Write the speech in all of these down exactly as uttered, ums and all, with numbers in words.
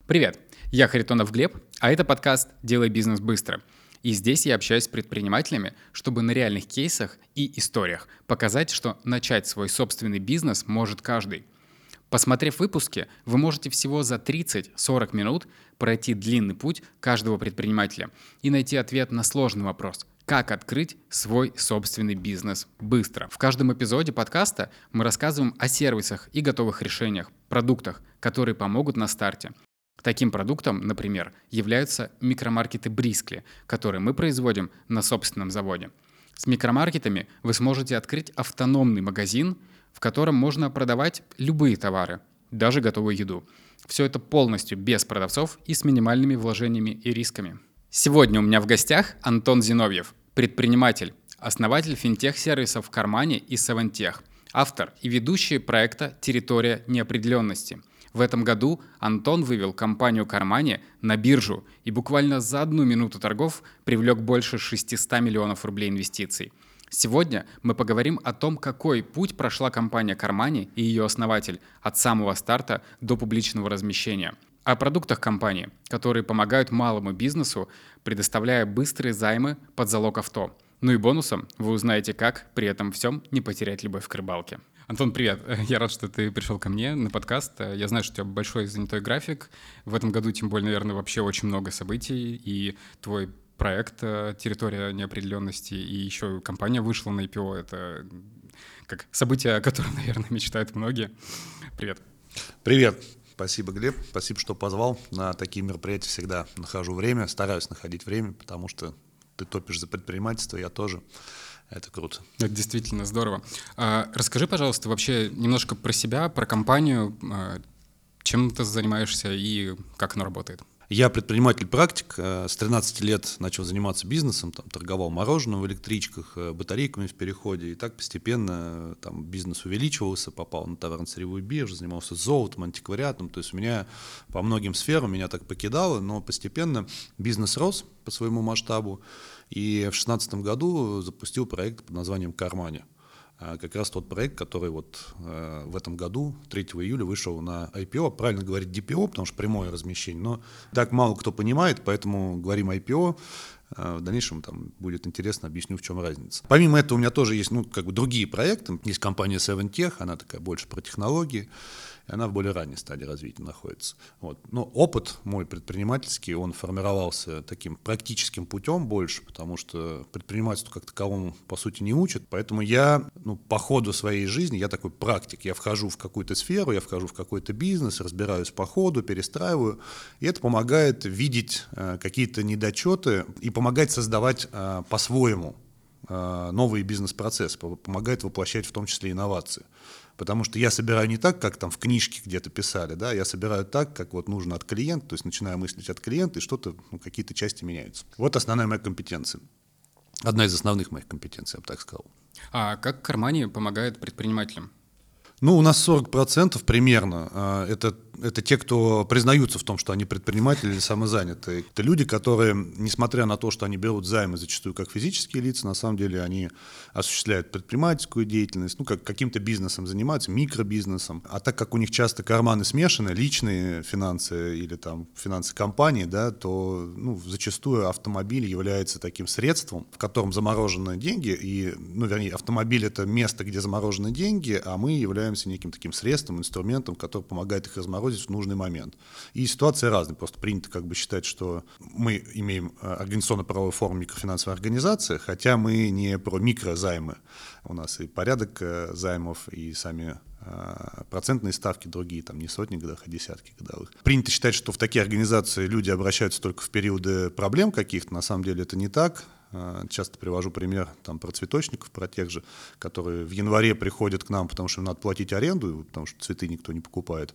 Привет, я Харитонов Глеб, а это подкаст «Делай бизнес быстро». И здесь я общаюсь с предпринимателями, чтобы на реальных кейсах и историях показать, что начать свой собственный бизнес может каждый. Посмотрев выпуски, вы можете всего за тридцать-сорок минут пройти длинный путь каждого предпринимателя и найти ответ на сложный вопрос – как открыть свой собственный бизнес быстро. В каждом эпизоде подкаста мы рассказываем о сервисах и готовых решениях, продуктах, которые помогут на старте. Таким продуктом, например, являются микромаркеты Briskly, которые мы производим на собственном заводе. С микромаркетами вы сможете открыть автономный магазин, в котором можно продавать любые товары, даже готовую еду. Все это полностью без продавцов и с минимальными вложениями и рисками. Сегодня у меня в гостях Антон Зиновьев, предприниматель, основатель финтех-сервисов в Кармане и Севентех, автор и ведущий проекта «Территория неопределенности». В этом году Антон вывел компанию Кармане на биржу и буквально за одну минуту торгов привлек больше шестьсот миллионов рублей инвестиций. Сегодня мы поговорим о том, какой путь прошла компания Кармане и ее основатель от самого старта до публичного размещения. О продуктах компании, которые помогают малому бизнесу, предоставляя быстрые займы под залог авто. Ну и бонусом вы узнаете, как при этом всем не потерять любовь к рыбалке. Антон, привет. Я рад, что ты пришел ко мне на подкаст. Я знаю, что у тебя большой занятой график. В этом году, тем более, наверное, вообще очень много событий. И твой проект «Территория неопределенности» и еще компания вышла на ай пи о. Это как событие, о котором, наверное, мечтают многие. Привет. Привет. Спасибо, Глеб. Спасибо, что позвал. На такие мероприятия всегда нахожу время. Стараюсь находить время, потому что ты топишь за предпринимательство, я тоже. Это круто. Это действительно здорово. А, расскажи, пожалуйста, вообще немножко про себя, про компанию, а, чем ты занимаешься и как оно работает. Я предприниматель-практик. С тринадцати лет начал заниматься бизнесом, там, торговал мороженым в электричках, батарейками в переходе. И так постепенно там, бизнес увеличивался, попал на товарно-сырьевую биржу, занимался золотом, антиквариатом. То есть у меня по многим сферам меня так покидало, но постепенно бизнес рос по своему масштабу. И в две тысячи шестнадцатом году запустил проект под названием «Кармане». Как раз тот проект, который вот э, в этом году, третьего июля, вышел на ай пи о. Правильно говорить ди пи о, потому что прямое размещение, но так мало кто понимает, поэтому говорим ай пи о. В дальнейшем там будет интересно, объясню, в чем разница. Помимо этого у меня тоже есть ну, как бы другие проекты. Есть компания Севентех, она такая больше про технологии, и она в более ранней стадии развития находится. Вот. Но опыт мой предпринимательский, он формировался таким практическим путем больше, потому что предпринимательству как таковому, по сути, не учат. Поэтому я ну, по ходу своей жизни, я такой практик. Я вхожу в какую-то сферу, я вхожу в какой-то бизнес, разбираюсь по ходу, перестраиваю. И это помогает видеть э, какие-то недочеты и помогает создавать э, по-своему э, новые бизнес-процессы, помогает воплощать в том числе инновации. Потому что я собираю не так, как там в книжке где-то писали, да, я собираю так, как вот нужно от клиента, то есть начинаю мыслить от клиента, и что-то, ну, какие-то части меняются. Вот основная моя компетенция. Одна из основных моих компетенций, я бы так сказал. А как Кармане помогает предпринимателям? Ну, у нас сорок процентов примерно это, это те, кто признаются в том, что они предприниматели или самозанятые. Это люди, которые, несмотря на то, что они берут займы зачастую как физические лица, на самом деле они осуществляют предпринимательскую деятельность, ну, как каким-то бизнесом занимаются, микробизнесом. А так как у них часто карманы смешаны, личные финансы или там финансы компании, да, то ну, зачастую автомобиль является таким средством, в котором заморожены деньги, и, ну, вернее, автомобиль — это место, где заморожены деньги, а мы являемся неким таким средством, инструментом, который помогает их разморозить в нужный момент. И ситуации разные. Просто принято как бы считать, что мы имеем организационно-правовую форму микрофинансовой организации, хотя мы не про микрозаймы. У нас и порядок займов, и сами процентные ставки другие, там не сотни годовых, а десятки годовых. Принято считать, что в такие организации люди обращаются только в периоды проблем каких-то. На самом деле это не так. Часто привожу пример там, про цветочников, про тех же, которые в январе приходят к нам, потому что им надо платить аренду, потому что цветы никто не покупает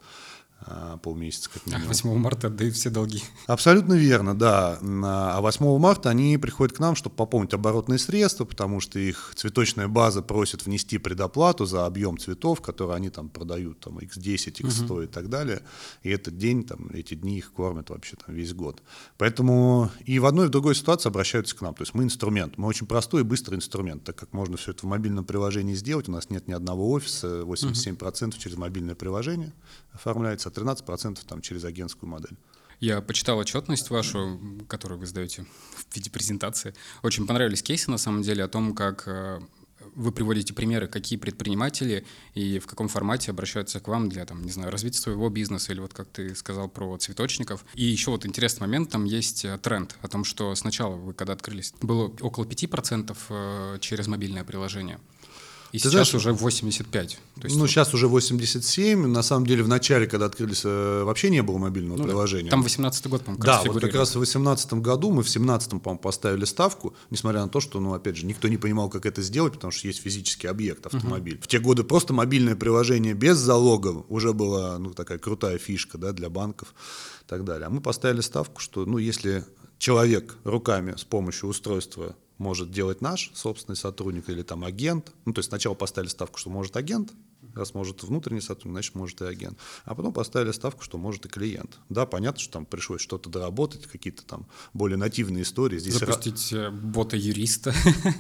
а, полмесяца как минимум. восьмого марта отдают все долги. Абсолютно верно, да. А восьмого марта они приходят к нам, чтобы пополнить оборотные средства, потому что их цветочная база просит внести предоплату за объем цветов, которые они там продают, там икс десять, икс сто uh-huh. и так далее. И этот день, там, эти дни их кормят вообще там, весь год. Поэтому и в одной и в другой ситуации обращаются к нам. То есть мы инструмент, мы очень простой и быстрый инструмент, так как можно все это в мобильном приложении сделать. У нас нет ни одного офиса, восемьдесят семь процентов uh-huh. через мобильное приложение оформляется, а тринадцать процентов там, через агентскую модель. Я почитал отчетность вашу, которую вы сдаете в виде презентации. Очень понравились кейсы, на самом деле, о том, как вы приводите примеры, какие предприниматели и в каком формате обращаются к вам для, там, не знаю, развития своего бизнеса, или вот как ты сказал про цветочников. И еще вот интересный момент, там есть тренд о том, что сначала вы, когда открылись, было около пяти процентов через мобильное приложение. И Ты сейчас знаешь, уже восемьдесят пять. То есть ну, вот, сейчас уже восемьдесят семь. На самом деле, в начале, когда открылись, вообще не было мобильного ну, приложения. Там восемнадцатый год, по-моему, как Да, раз вот как фигурировал. раз в две тысячи восемнадцатом году мы в две тысячи семнадцатом, по-моему, поставили ставку, несмотря на то, что, ну, опять же, никто не понимал, как это сделать, потому что есть физический объект, автомобиль. Uh-huh. В те годы просто мобильное приложение без залога уже была, ну, такая крутая фишка, да, для банков и так далее. А мы поставили ставку, что, ну, если человек руками с помощью устройства может делать наш собственный сотрудник или там агент. Ну, то есть сначала поставили ставку, что может агент, раз может внутренний сотрудник, значит, может и агент. А потом поставили ставку, что может и клиент. Да, понятно, что там пришлось что-то доработать, какие-то там более нативные истории. Здесь запустить ра... бота-юриста.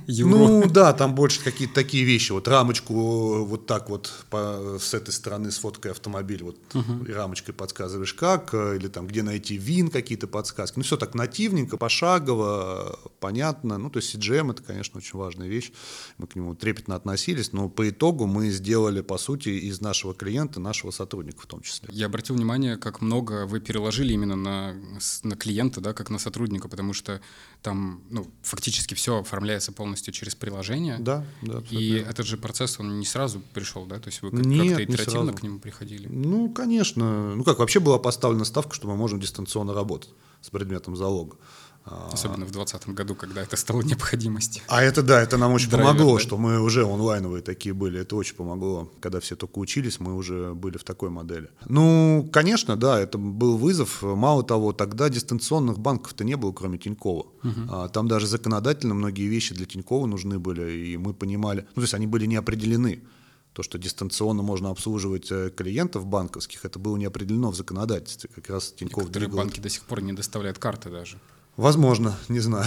Ну, да, там больше какие-то такие вещи. Вот рамочку вот так вот по, с этой стороны сфоткай автомобиль, вот uh-huh. и рамочкой подсказываешь как, или там где найти вин, какие-то подсказки. Ну, все так нативненько, пошагово, понятно. Ну, то есть си джи эм — это, конечно, очень важная вещь. Мы к нему трепетно относились, но по итогу мы сделали, по сути, из нашего клиента, нашего сотрудника в том числе. Я обратил внимание, как много вы переложили именно на, на клиента, да, как на сотрудника, потому что там, ну, фактически все оформляется полностью через приложение. Да, да. И верно. Этот же процесс, он не сразу пришел, да? То есть вы как- Нет, как-то итеративно сразу. К нему приходили? Ну, конечно. Ну, как, вообще была поставлена ставка, что мы можем дистанционно работать с предметом залога. Особенно в двадцатом году, когда это стало необходимостью. А это да, это нам очень Драйвер, помогло, да? что мы уже онлайновые такие были. Это очень помогло. Когда все только учились, мы уже были в такой модели. Ну, конечно, да, это был вызов. Мало того, тогда дистанционных банков-то не было, кроме Тинькова. Uh-huh. Там даже законодательно многие вещи для Тинькова нужны были, и мы понимали, ну, то есть они были не определены. То, что дистанционно можно обслуживать клиентов банковских, это было не определено в законодательстве. Как раз Тинькофф Некоторые двигал... банки до сих пор не доставляют карты даже. Возможно, не знаю.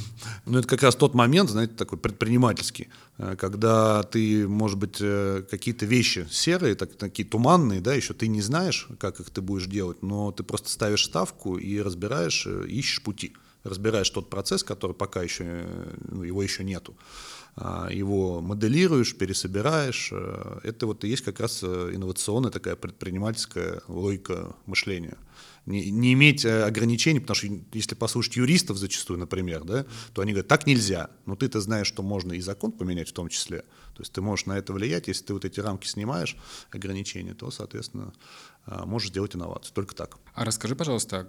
Но это как раз тот момент, знаете, такой предпринимательский, когда ты, может быть, какие-то вещи серые, так, такие туманные, да, еще ты не знаешь, как их ты будешь делать, но ты просто ставишь ставку и разбираешь, ищешь пути, разбираешь тот процесс, который пока еще, ну, его еще нету. Его моделируешь, пересобираешь. Это вот и есть как раз инновационная такая предпринимательская логика мышления. Не, не иметь ограничений, потому что если послушать юристов зачастую, например, да, то они говорят, так нельзя. Но ты-то знаешь, что можно и закон поменять в том числе. То есть ты можешь на это влиять. Если ты вот эти рамки снимаешь, ограничения, то, соответственно, можешь делать инновацию. Только так. А расскажи, пожалуйста,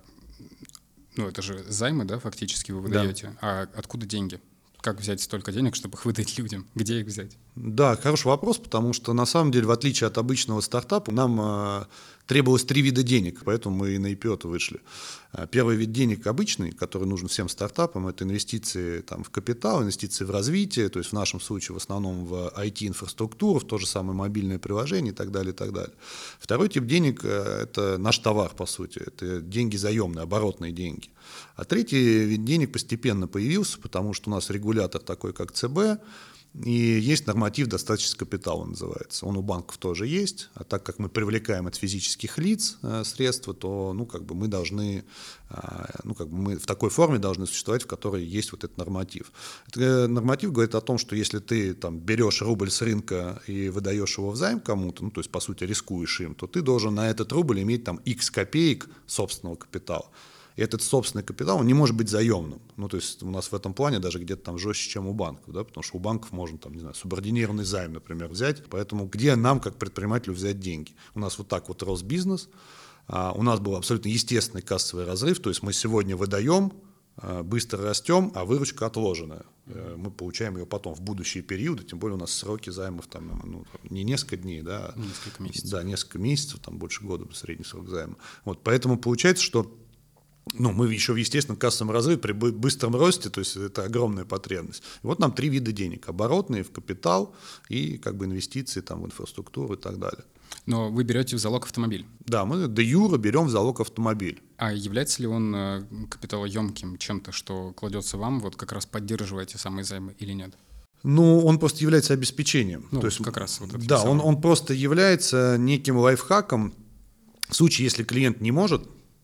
ну это же займы, да, фактически вы выдаете. Да. А откуда деньги? Как взять столько денег, чтобы их выдать людям? Где их взять? Да, хороший вопрос, потому что на самом деле, в отличие от обычного стартапа, нам э, требовалось три вида денег, поэтому мы и на ай пи о-то вышли. Первый вид денег обычный, который нужен всем стартапам, это инвестиции там, в капитал, инвестиции в развитие, то есть в нашем случае в основном в ай ти-инфраструктуру, в то же самое мобильное приложение и так далее, и так далее. Второй тип денег – это наш товар, по сути, это деньги заемные, оборотные деньги. А третий вид денег постепенно появился, потому что у нас регулятор такой, как ЦБ, и есть норматив достаточности капитала, называется. Он у банков тоже есть, а так как мы привлекаем от физических лиц э, средства, то ну, как бы мы должны, э, ну, как бы мы в такой форме должны существовать, в которой есть вот этот норматив. Этот норматив говорит о том, что если ты там, берешь рубль с рынка и выдаешь его взайм кому-то, ну, то есть по сути рискуешь им, то ты должен на этот рубль иметь там X копеек собственного капитала. И этот собственный капитал, он не может быть заемным. Ну, то есть у нас в этом плане даже где-то там жестче, чем у банков, да, потому что у банков можно, там, не знаю, субординированный займ, например, взять. Поэтому где нам, как предпринимателю, взять деньги? У нас вот так вот рос бизнес, а, у нас был абсолютно естественный кассовый разрыв, то есть мы сегодня выдаем, а, быстро растем, а выручка отложенная. Mm-hmm. Мы получаем ее потом в будущие периоды, тем более у нас сроки займов там, ну, не несколько дней, да, несколько месяцев. Да, несколько месяцев, там больше года средний срок займа. Вот, поэтому получается, что ну, мы еще в естественном кассовом разрыве при быстром росте, то есть это огромная потребность. И вот нам три вида денег: оборотные, в капитал и как бы инвестиции там, в инфраструктуру и так далее. Но вы берете в залог автомобиль? Да, мы де юре берем в залог автомобиль. А является ли он капиталоемким чем-то, что кладется вам, вот как раз поддерживая эти самые займы или нет? Ну, он просто является обеспечением. Ну, то есть, как раз вот это да, он, он просто является неким лайфхаком в случае, если клиент не может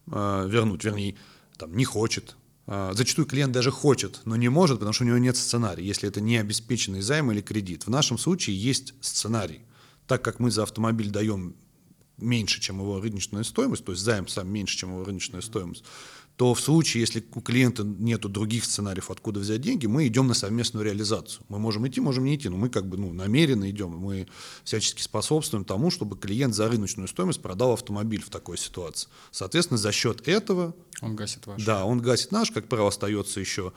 э, вернуть, вернее, там, не хочет. Э, зачастую клиент даже хочет, но не может, потому что у него нет сценария, если это не обеспеченный займ или кредит. В нашем случае есть сценарий. Так как мы за автомобиль даем меньше, чем его рыночная стоимость, то есть займ сам меньше, чем его рыночная стоимость, то в случае, если у клиента нет других сценариев, откуда взять деньги, мы идем на совместную реализацию. Мы можем идти, можем не идти, но мы как бы ну, намеренно идем, мы всячески способствуем тому, чтобы клиент за рыночную стоимость продал автомобиль в такой ситуации. Соответственно, за счет этого... Он гасит ваш. Да, он гасит наш, как правило, остается еще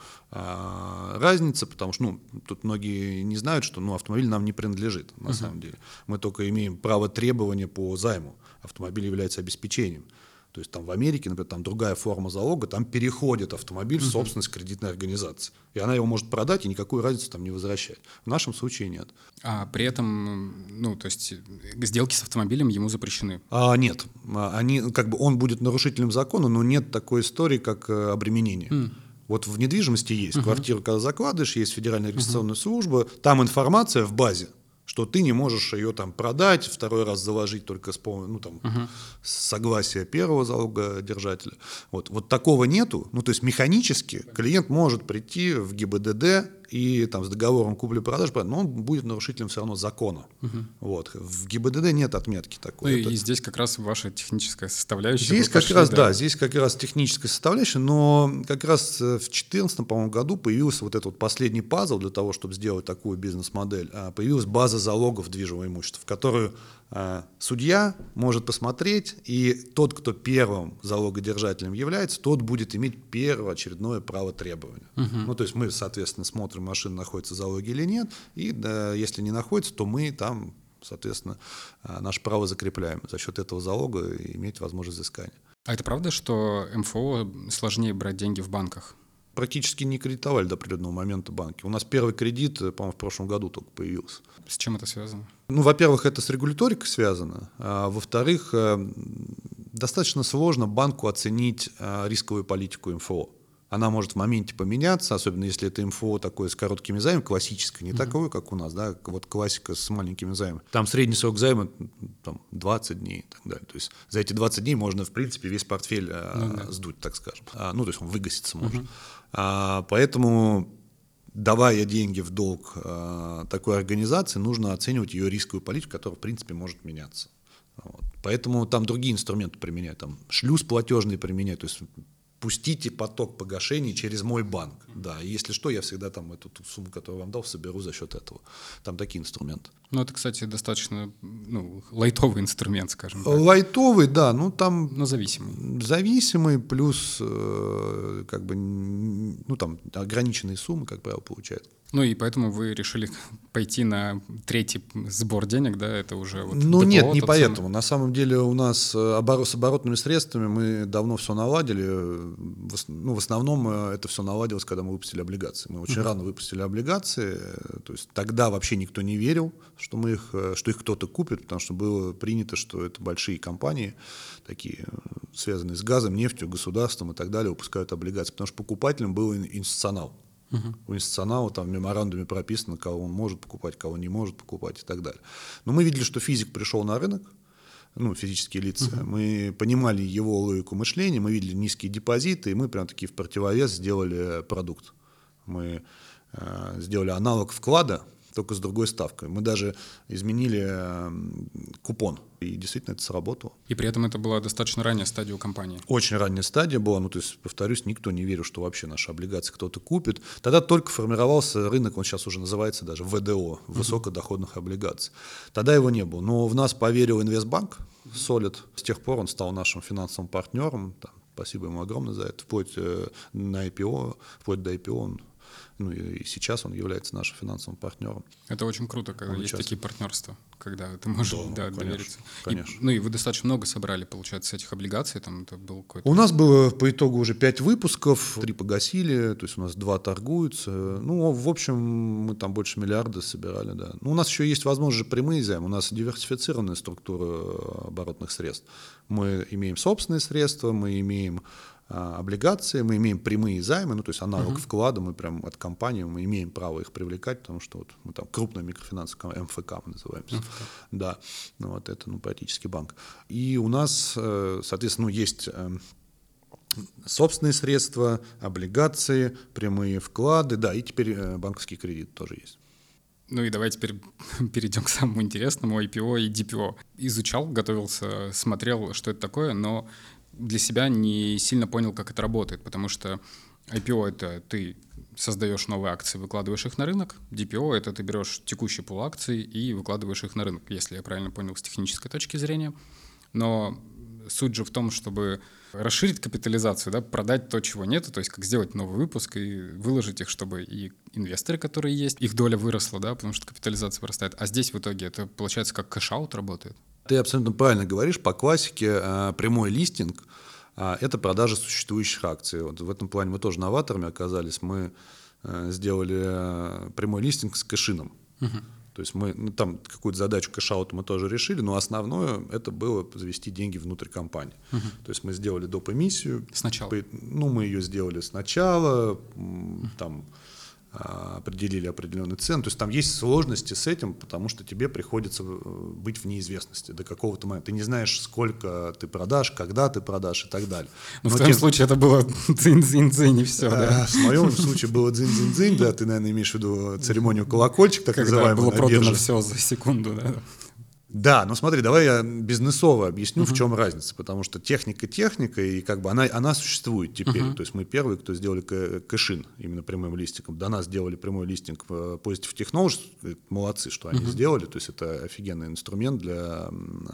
а, разница, потому что ну, тут многие не знают, что ну, автомобиль нам не принадлежит на uh-huh. самом деле. Мы только имеем право требования по займу. Автомобиль является обеспечением. То есть там в Америке, например, там другая форма залога, там переходит автомобиль в собственность кредитной организации. И она его может продать и никакую разницу там не возвращать. В нашем случае нет. А при этом, ну, то есть сделки с автомобилем ему запрещены? А, нет. Они, как бы он будет нарушителем закона, но нет такой истории, как обременение. Mm. Вот в недвижимости есть. Uh-huh. Квартиру, когда закладываешь, есть Федеральная регистрационная uh-huh. служба, там информация в базе, что ты не можешь ее там продать, второй раз заложить только с, ну, там, uh-huh. с согласия первого залогодержателя. Вот. вот такого нету. Ну, то есть механически клиент может прийти в ГИБДД и там, с договором купли-продажи, но он будет нарушителем все равно закона. Uh-huh. Вот. В ГИБДД нет отметки такой. Ну, Это... И здесь как раз ваша техническая составляющая. Здесь как пошли, раз, да. да, здесь как раз техническая составляющая, но как раз в две тысячи четырнадцатом, по-моему, году появился вот этот вот последний пазл для того, чтобы сделать такую бизнес-модель. Появилась база залогов движимого имущества, в которую а, судья может посмотреть, и тот, кто первым залогодержателем является, тот будет иметь первоочередное право требования. Uh-huh. Ну, то есть мы, соответственно, смотрим, машина находится в залоге или нет, и да, если не находится, то мы там, соответственно, наше право закрепляем. За счет этого залога иметь возможность взыскания. А это правда, что эм эф о сложнее брать деньги в банках? Практически не кредитовали до определенного момента банки. У нас первый кредит, по-моему, в прошлом году только появился. С чем это связано? Ну, во-первых, это с регуляторикой связано. А, во-вторых, достаточно сложно банку оценить рисковую политику эм эф о. Она может в моменте поменяться, особенно если это эм эф о такое с короткими займами, классическое, не mm-hmm. такое, как у нас, да, вот классика с маленькими займами. Там средний срок займа там, двадцать дней и так далее. То есть за эти двадцать дней можно, в принципе, весь портфель mm-hmm. сдуть, так скажем. А, ну, то есть он выгаситься может. Mm-hmm. А, поэтому, давая деньги в долг а, такой организации, нужно оценивать ее рисковую политику, которая, в принципе, может меняться. Вот. Поэтому там другие инструменты применяют, там шлюз платежный применяют, то есть пустите поток погашений через мой банк. Да, и если что, я всегда там эту сумму, которую вам дал, соберу за счет этого. Там такие инструменты. Ну, это, кстати, достаточно ну, лайтовый инструмент, скажем так. Лайтовый, да, ну там... Но зависимый. Зависимый, плюс э, как бы, ну там ограниченные суммы, как правило, получают. Ну и поэтому вы решили пойти на третий сбор денег, да, это уже вот Ну ДПО, нет, не тот поэтому. самый. На самом деле у нас оборот, с оборотными средствами мы давно все наладили. В, ну, в основном это все наладилось, когда мы выпустили облигации. Мы очень uh-huh. рано выпустили облигации, то есть тогда вообще никто не верил, что, мы их, что их кто-то купит, потому что было принято, что это большие компании, такие связанные с газом, нефтью, государством и так далее, выпускают облигации, потому что покупателем был институционал. Uh-huh. У институционала там в меморандуме прописано, кого он может покупать, кого не может покупать и так далее. Но мы видели, что физик пришел на рынок, ну, физические лица, uh-huh. мы понимали его логику мышления, мы видели низкие депозиты, и мы прям таки в противовес сделали продукт. Мы э, сделали аналог вклада, только с другой ставкой. Мы даже изменили э, купон, и действительно это сработало. И при этом это была достаточно ранняя стадия у компании. Очень ранняя стадия была, ну то есть, повторюсь, никто не верил, что вообще наши облигации кто-то купит. Тогда только формировался рынок, он сейчас уже называется даже вэ дэ о, высокодоходных облигаций. Тогда его не было, но в нас поверил Инвестбанк, Solid. С тех пор он стал нашим финансовым партнером, там, спасибо ему огромное за это, вплоть э, на ай пи о, вплоть до ай пи о он. Ну и сейчас он является нашим финансовым партнером. Это очень круто, когда он есть участвует. Такие партнерства, когда ты можешь да, да, конечно, довериться. Конечно. И, ну и вы достаточно много собрали, получается, с этих облигаций. Там это был какой-то... У нас было по итогу уже пять выпусков, три погасили, то есть у нас два торгуются. Ну, в общем, мы там больше миллиарда собирали, да. Ну, у нас еще есть возможность прямые займы, у нас диверсифицированная структура оборотных средств. Мы имеем собственные средства, мы имеем облигации, мы имеем прямые займы, ну то есть аналог uh-huh. вклада, мы прям от компании, мы имеем право их привлекать, потому что вот мы там крупная микрофинансовая эм эф ка мы называемся, эм эф ка. Да, ну вот это ну практически банк. И у нас, соответственно, ну, есть Собственные средства, облигации, прямые вклады, да, и теперь банковский кредит тоже есть. Ну и давай теперь перейдем к самому интересному, ай пи о и ди пи о. Изучал, готовился, смотрел, что это такое, но для себя не сильно понял, как это работает, потому что ай пи о — это ты создаешь новые акции, выкладываешь их на рынок, ди пи о — это ты берешь текущий пул акций и выкладываешь их на рынок, если я правильно понял с технической точки зрения. Но суть же в том, чтобы расширить капитализацию, да, продать то, чего нет, то есть как сделать новый выпуск и выложить их, чтобы и инвесторы, которые есть, их доля выросла, да, потому что капитализация вырастает. А здесь в итоге это получается как кэш-аут работает. Ты абсолютно правильно говоришь. По классике прямой листинг – это продажа существующих акций. Вот в этом плане мы тоже новаторами оказались. Мы сделали прямой листинг с кэшином. Угу. То есть мы, ну, там какую-то задачу кэш-аута мы тоже решили, но основное это было завести деньги внутрь компании. Uh-huh. То есть мы сделали доп. Эмиссию. Сначала? Ну, мы ее сделали сначала, uh-huh. там определили определенный цен. То есть там есть сложности с этим, потому что тебе приходится быть в неизвестности до какого-то момента. Ты не знаешь, сколько ты продашь, когда ты продашь и так далее. Но, Но в твоем тем... случае это было дзынь-дзынь-дзынь и все, да? В моем случае было дзынь-дзынь-дзынь, да, ты, наверное, имеешь в виду церемонию колокольчик, так называемый, было продано все за секунду, да? Да, но смотри, давай я бизнесово объясню, uh-huh. в чем разница, потому что техника техника, и как бы она, она существует теперь. Uh-huh. То есть мы первые, кто сделали кэшин именно прямым листингом. До нас сделали прямой листинг Positive Technologies, молодцы, что они uh-huh. сделали, то есть это офигенный инструмент для,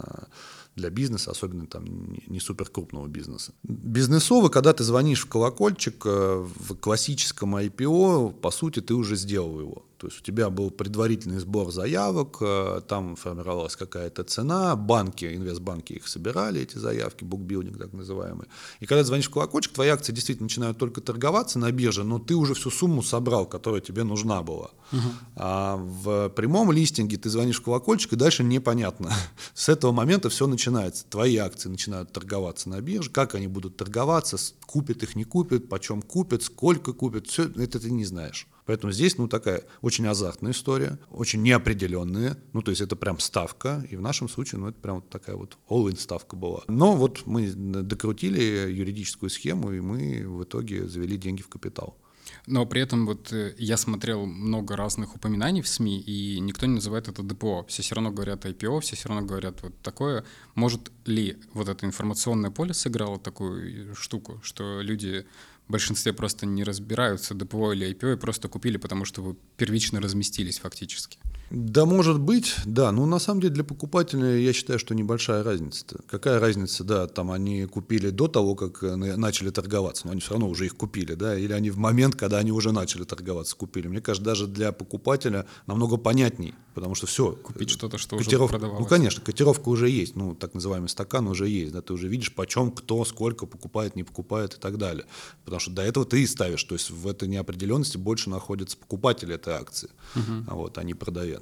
для бизнеса, особенно там не суперкрупного бизнеса. Бизнесово, когда ты звонишь в колокольчик, в классическом ай пи о, по сути, ты уже сделал его. То есть у тебя был предварительный сбор заявок, там формировалась какая-то цена, банки, инвестбанки их собирали, эти заявки, букбилдинг так называемый. И когда ты звонишь в колокольчик, твои акции действительно начинают только торговаться на бирже, но ты уже всю сумму собрал, которая тебе нужна была. Uh-huh. А в прямом листинге ты звонишь в колокольчик, и дальше непонятно. С этого момента все начинается. Твои акции начинают торговаться на бирже, как они будут торговаться, купят их, не купят, почем купят, сколько купят, все это ты не знаешь. Поэтому здесь, ну, такая очень азартная история, очень неопределенная, ну, то есть это прям ставка, и в нашем случае, ну, это прям вот такая вот all-in ставка была. Но вот мы докрутили юридическую схему, и мы в итоге завели деньги в капитал. Но при этом вот я смотрел много разных упоминаний в СМИ, и никто не называет это ди пи о. Все все равно говорят ай пи о, все все равно говорят вот такое. Может ли вот это информационное поле сыграло такую штуку, что люди в большинстве просто не разбираются, ди пи о или ай пи о, и просто купили, потому что вы первично разместились фактически? Да, может быть, да. Но на самом деле для покупателя я считаю, что небольшая разница-то. Какая разница, да, там они купили до того, как начали торговаться, но они все равно уже их купили, да, или они в момент, когда они уже начали торговаться, купили. Мне кажется, даже для покупателя намного понятней, потому что все. Купить что-то, что котировка, уже продавалось. Ну, конечно, котировка уже есть, ну, так называемый стакан уже есть, да, ты уже видишь, почем, кто, сколько покупает, не покупает и так далее. Потому что до этого ты и ставишь, то есть в этой неопределенности больше находятся покупатели этой акции, uh-huh. вот, а не продавец.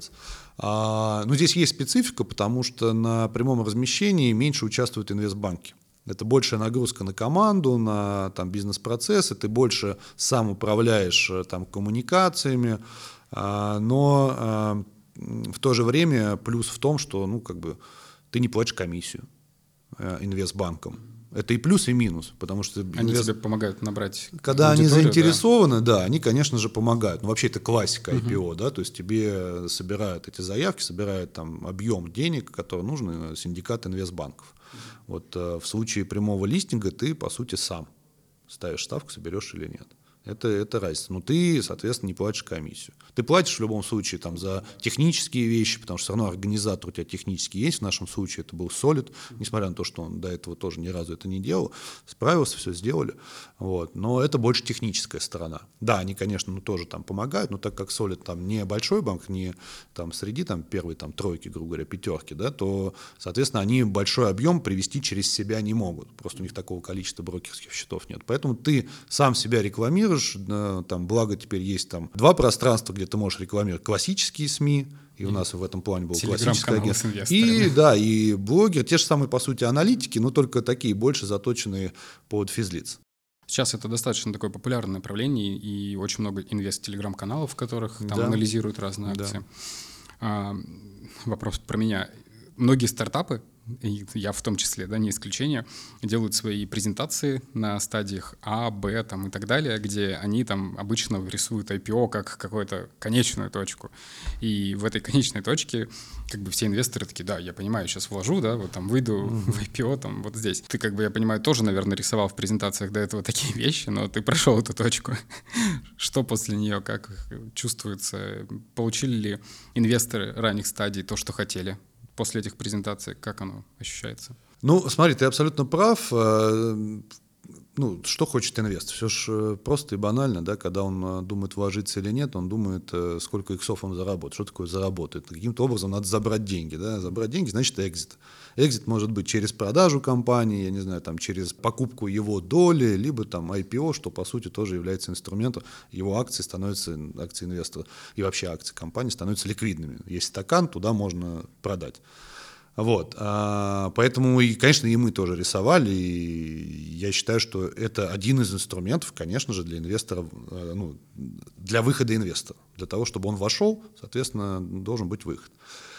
А, но здесь есть специфика, потому что на прямом размещении меньше участвуют инвестбанки. Это большая нагрузка на команду, на там, бизнес-процессы, ты больше сам управляешь там, коммуникациями, а, но а, в то же время плюс в том, что ну, как бы, ты не платишь комиссию а, инвестбанкам. Это и плюс, и минус, потому что... Они инвест... тебе помогают набрать Когда они заинтересованы, да. да, они, конечно же, помогают. Ну, вообще, это классика ай пи о, uh-huh. да, то есть тебе собирают эти заявки, собирают там объем денег, который нужен, синдикат инвестбанков. Uh-huh. Вот в случае прямого листинга ты, по сути, сам ставишь ставку, соберешь или нет. Это, это разница. Но ты, соответственно, не платишь комиссию. Ты платишь в любом случае там, за технические вещи, потому что все равно организатор у тебя технически есть. В нашем случае это был Solid, несмотря на то, что он до этого тоже ни разу это не делал. Справился, все сделали. Вот. Но это больше техническая сторона. Да, они, конечно, ну, тоже там помогают, но так как Solid там не большой банк, не там, среди там, первой там, тройки, грубо говоря, пятерки, да, то, соответственно, они большой объем привести через себя не могут. Просто у них такого количества брокерских счетов нет. Поэтому ты сам себя рекламируешь. Там, благо теперь есть там два пространства, где ты можешь рекламировать классические СМИ, и у нас в этом плане был классический агентство. И, да, и блогер, те же самые, по сути, аналитики, но только такие больше заточенные под физлиц. Сейчас это достаточно такое популярное направление, и очень много инвест-телеграм-каналов, в которых там да. анализируют разные акции. Да. А, вопрос про меня. Многие стартапы и я в том числе, да, не исключение, делают свои презентации на стадиях А, Б там, и так далее, где они там обычно рисуют ай пи о как какую-то конечную точку. И в этой конечной точке как бы все инвесторы такие: да, я понимаю, сейчас вложу, да, вот там выйду mm-hmm. в ай пи о там вот здесь. Ты, как бы, я понимаю, тоже, наверное, рисовал в презентациях до этого такие вещи, но ты прошел эту точку. Что после нее, как чувствуется? Получили ли инвесторы ранних стадий то, что хотели? После этих презентаций, как оно ощущается? Ну, смотри, ты абсолютно прав. Ну, что хочет инвестор? Все же просто и банально, да, когда он думает, вложиться или нет, он думает, сколько иксов он заработает. Что такое заработает? Каким-то образом надо забрать деньги, да, забрать деньги, значит, экзит. Экзит может быть через продажу компании, я не знаю, там, через покупку его доли, либо там ай пи о, что, по сути, тоже является инструментом. Его акции становятся, акции инвестора и вообще акции компании становятся ликвидными. Есть стакан, туда можно продать. Вот, а, поэтому, и, конечно, и мы тоже рисовали, и я считаю, что это один из инструментов, конечно же, для инвесторов, ну, для выхода инвестора. Для того, чтобы он вошел, соответственно, должен быть выход.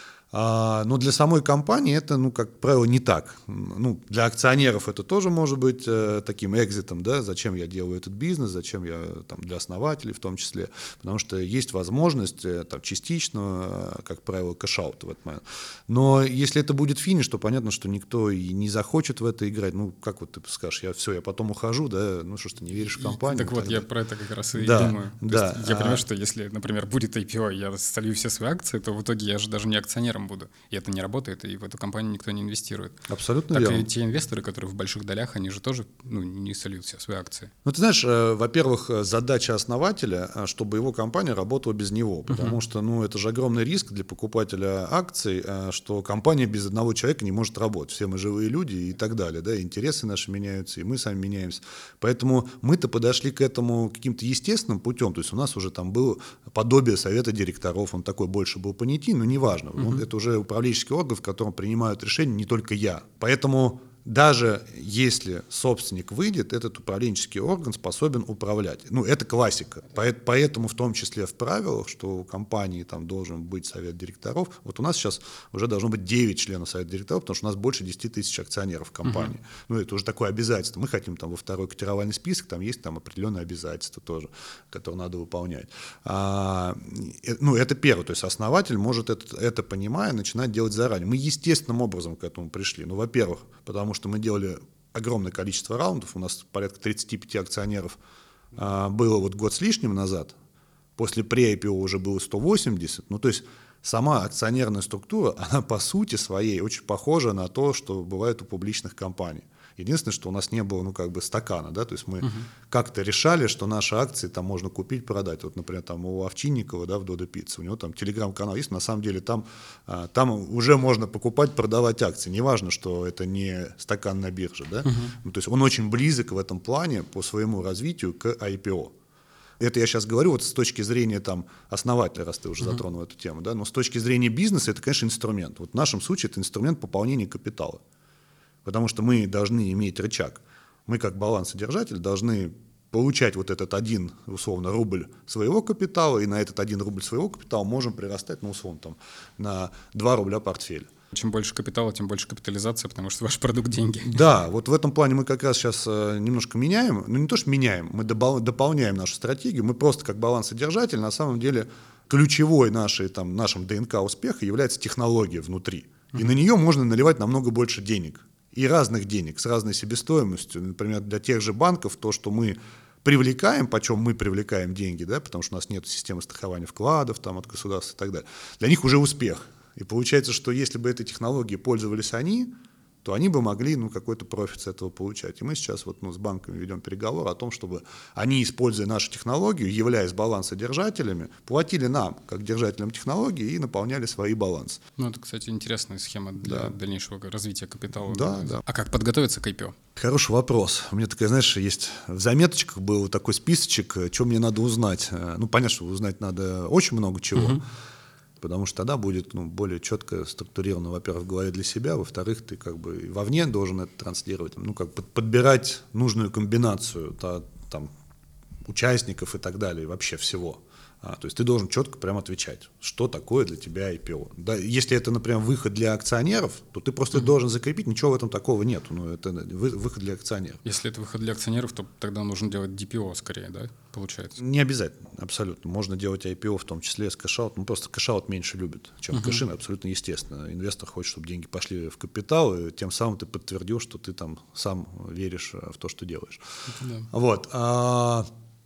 А, но для самой компании это, ну, как правило, не так. Ну, для акционеров это тоже может быть э, таким экзитом, да, зачем я делаю этот бизнес, зачем я, там, для основателей в том числе, потому что есть возможность э, там, частично, э, как правило, кэш-аут в этот момент. Но если это будет финиш, то понятно, что никто и не захочет в это играть. Ну, как вот ты скажешь, я все, я потом ухожу, да, ну что ж, ты не веришь в компанию. Так вот, я про это как раз и да, думаю. Да, То есть я а... понимаю, что если, например, будет ай пи о, я солью все свои акции, то в итоге я же даже не акционером буду. И это не работает, и в эту компанию никто не инвестирует. Абсолютно так верно. И те инвесторы, которые в больших долях, они же тоже, ну, не сольют все свои акции. Ну, ты знаешь, э, во-первых, задача основателя, чтобы его компания работала без него, потому uh-huh. что, ну, это же огромный риск для покупателя акций, что компания без одного человека не может работать. Все мы живые люди и так далее, да, интересы наши меняются, и мы сами меняемся. Поэтому мы-то подошли к этому каким-то естественным путем, то есть у нас уже там было подобие совета директоров, он такой больше был понятийный, но неважно, uh-huh. он, это уже управленческий орган, в котором принимают решения не только я. Поэтому даже если собственник выйдет, этот управленческий орган способен управлять. Ну, это классика. Поэтому в том числе в правилах, что у компании там должен быть совет директоров. Вот у нас сейчас уже должно быть девять членов совета директоров, потому что у нас больше десять тысяч акционеров в компании. Uh-huh. Ну, это уже такое обязательство. Мы хотим там во второй котировальный список, там есть там определенные обязательства тоже, которые надо выполнять. А, ну, это первое. То есть основатель может это, это понимая, начинать делать заранее. Мы естественным образом к этому пришли. Ну, во-первых, потому что что мы делали огромное количество раундов, у нас порядка тридцать пять акционеров а, было вот год с лишним назад, после пре-ай пи о уже было сто восемьдесят, ну то есть сама акционерная структура, она по сути своей очень похожа на то, что бывает у публичных компаний. Единственное, что у нас не было, ну, как бы стакана, да, то есть мы uh-huh. как-то решали, что наши акции там можно купить, продать. Вот, например, там у Овчинникова, да, в Додо Пицца, у него там телеграм-канал есть, на самом деле там, там уже можно покупать, продавать акции. Неважно, что это не стакан на бирже, да, uh-huh. ну, то есть он очень близок в этом плане по своему развитию к ай пи о. Это я сейчас говорю вот с точки зрения там, основателя, раз ты уже uh-huh. затронул эту тему, да, но с точки зрения бизнеса это, конечно, инструмент. Вот в нашем случае это инструмент пополнения капитала. Потому что мы должны иметь рычаг. Мы, как балансодержатель, должны получать вот этот один, условно, рубль своего капитала, и на этот один рубль своего капитала можем прирастать, ну, условно, там, на два рубля портфеля. Чем больше капитала, тем больше капитализация, потому что ваш продукт — деньги. Да, вот в этом плане мы как раз сейчас немножко меняем, ну, не то что меняем, мы дополняем нашу стратегию, мы просто как балансодержатель, на самом деле, ключевой нашей, там, нашим ДНК успеха является технология внутри. И на нее можно наливать намного больше денег. И разных денег, с разной себестоимостью. Например, для тех же банков то, что мы привлекаем, почем мы привлекаем деньги, да, потому что у нас нет системы страхования вкладов там, от государства и так далее, для них уже успех. И получается, что если бы этой технологией пользовались они, то они бы могли, ну, какой-то профит с этого получать. И мы сейчас вот, ну, с банками ведем переговоры о том, чтобы они, используя нашу технологию, являясь балансодержателями, платили нам, как держателям технологии, и наполняли свои балансы. Ну, это, кстати, интересная схема для да. дальнейшего развития капитала. Да, да. А как подготовиться к ай пи о? Хороший вопрос. У меня такая, знаешь, есть в заметочках был такой списочек, что мне надо узнать. Ну, понятно, что узнать надо очень много чего. Uh-huh. Потому что тогда будет, ну, более четко структурировано, во-первых, в голове для себя, во-вторых, ты как бы вовне должен это транслировать, ну, как бы подбирать нужную комбинацию та, там, участников и так далее, и вообще всего. А, то есть ты должен четко прям отвечать, что такое для тебя ай пи о. Да, если это, например, выход для акционеров, то ты просто mm-hmm. должен закрепить, ничего в этом такого нет. Ну, это вы, выход для акционеров. Если это выход для акционеров, то тогда нужно делать ди пи о скорее, да, получается? Не обязательно, абсолютно. Можно делать ай пи о в том числе с кэш-аут. Ну, просто кэш-аут меньше любят, чем mm-hmm. кэш-ин, абсолютно естественно. Инвестор хочет, чтобы деньги пошли в капитал, и тем самым ты подтвердил, что ты там сам веришь в то, что делаешь. Mm-hmm. Вот. А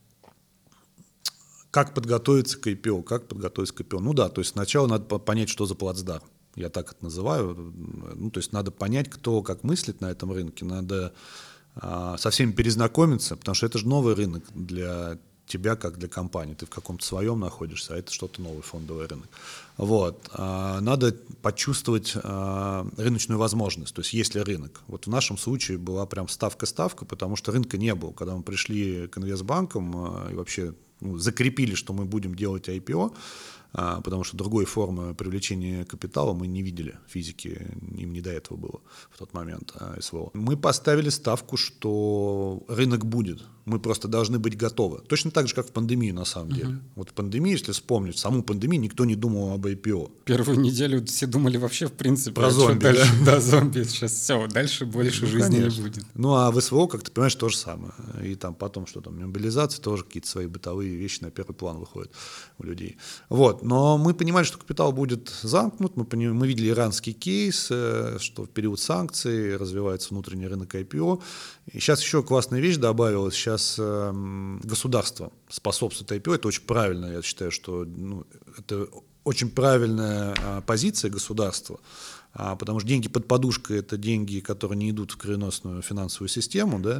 как подготовиться к ай пи о? Как подготовиться к ай пи о? Ну да, то есть сначала надо понять, что за плацдарм. Я так это называю. Ну, то есть надо понять, кто как мыслит на этом рынке. Надо а, со всеми перезнакомиться, потому что это же новый рынок для тебя, как для компании. Ты в каком-то своем находишься, а это что-то новый фондовый рынок. Вот. А, надо почувствовать а, рыночную возможность. То есть есть ли рынок. Вот в нашем случае была прям ставка-ставка, потому что рынка не было. Когда мы пришли к инвестбанкам а, и вообще ну, закрепили, что мы будем делать ай пи о, а, потому что другой формы привлечения капитала мы не видели, физики им не до этого было в тот момент, а, эс вэ о. Мы поставили ставку, что рынок будет, мы просто должны быть готовы. Точно так же, как в пандемию на самом uh-huh. деле. Вот в пандемии, если вспомнить, в саму пандемию никто не думал об ай пи о. Первую неделю все думали вообще в принципе. Про зомби, дальше, да? Да, зомби, сейчас все, дальше больше ну, жизни конечно. Не будет. Ну, а в эс вэ о, как ты понимаешь, то же самое. И там потом, что там, мобилизация, тоже какие-то свои бытовые вещи на первый план выходят у людей. Вот. Но мы понимали, что капитал будет замкнут, мы, понимали, мы видели иранский кейс, что в период санкций развивается внутренний рынок ай пи о. И сейчас еще классная вещь добавилась, сейчас э, государство способствует ай пи о, это очень правильно, я считаю, что ну, это очень правильная а, позиция государства, а, потому что деньги под подушкой – это деньги, которые не идут в кровеносную финансовую систему, да.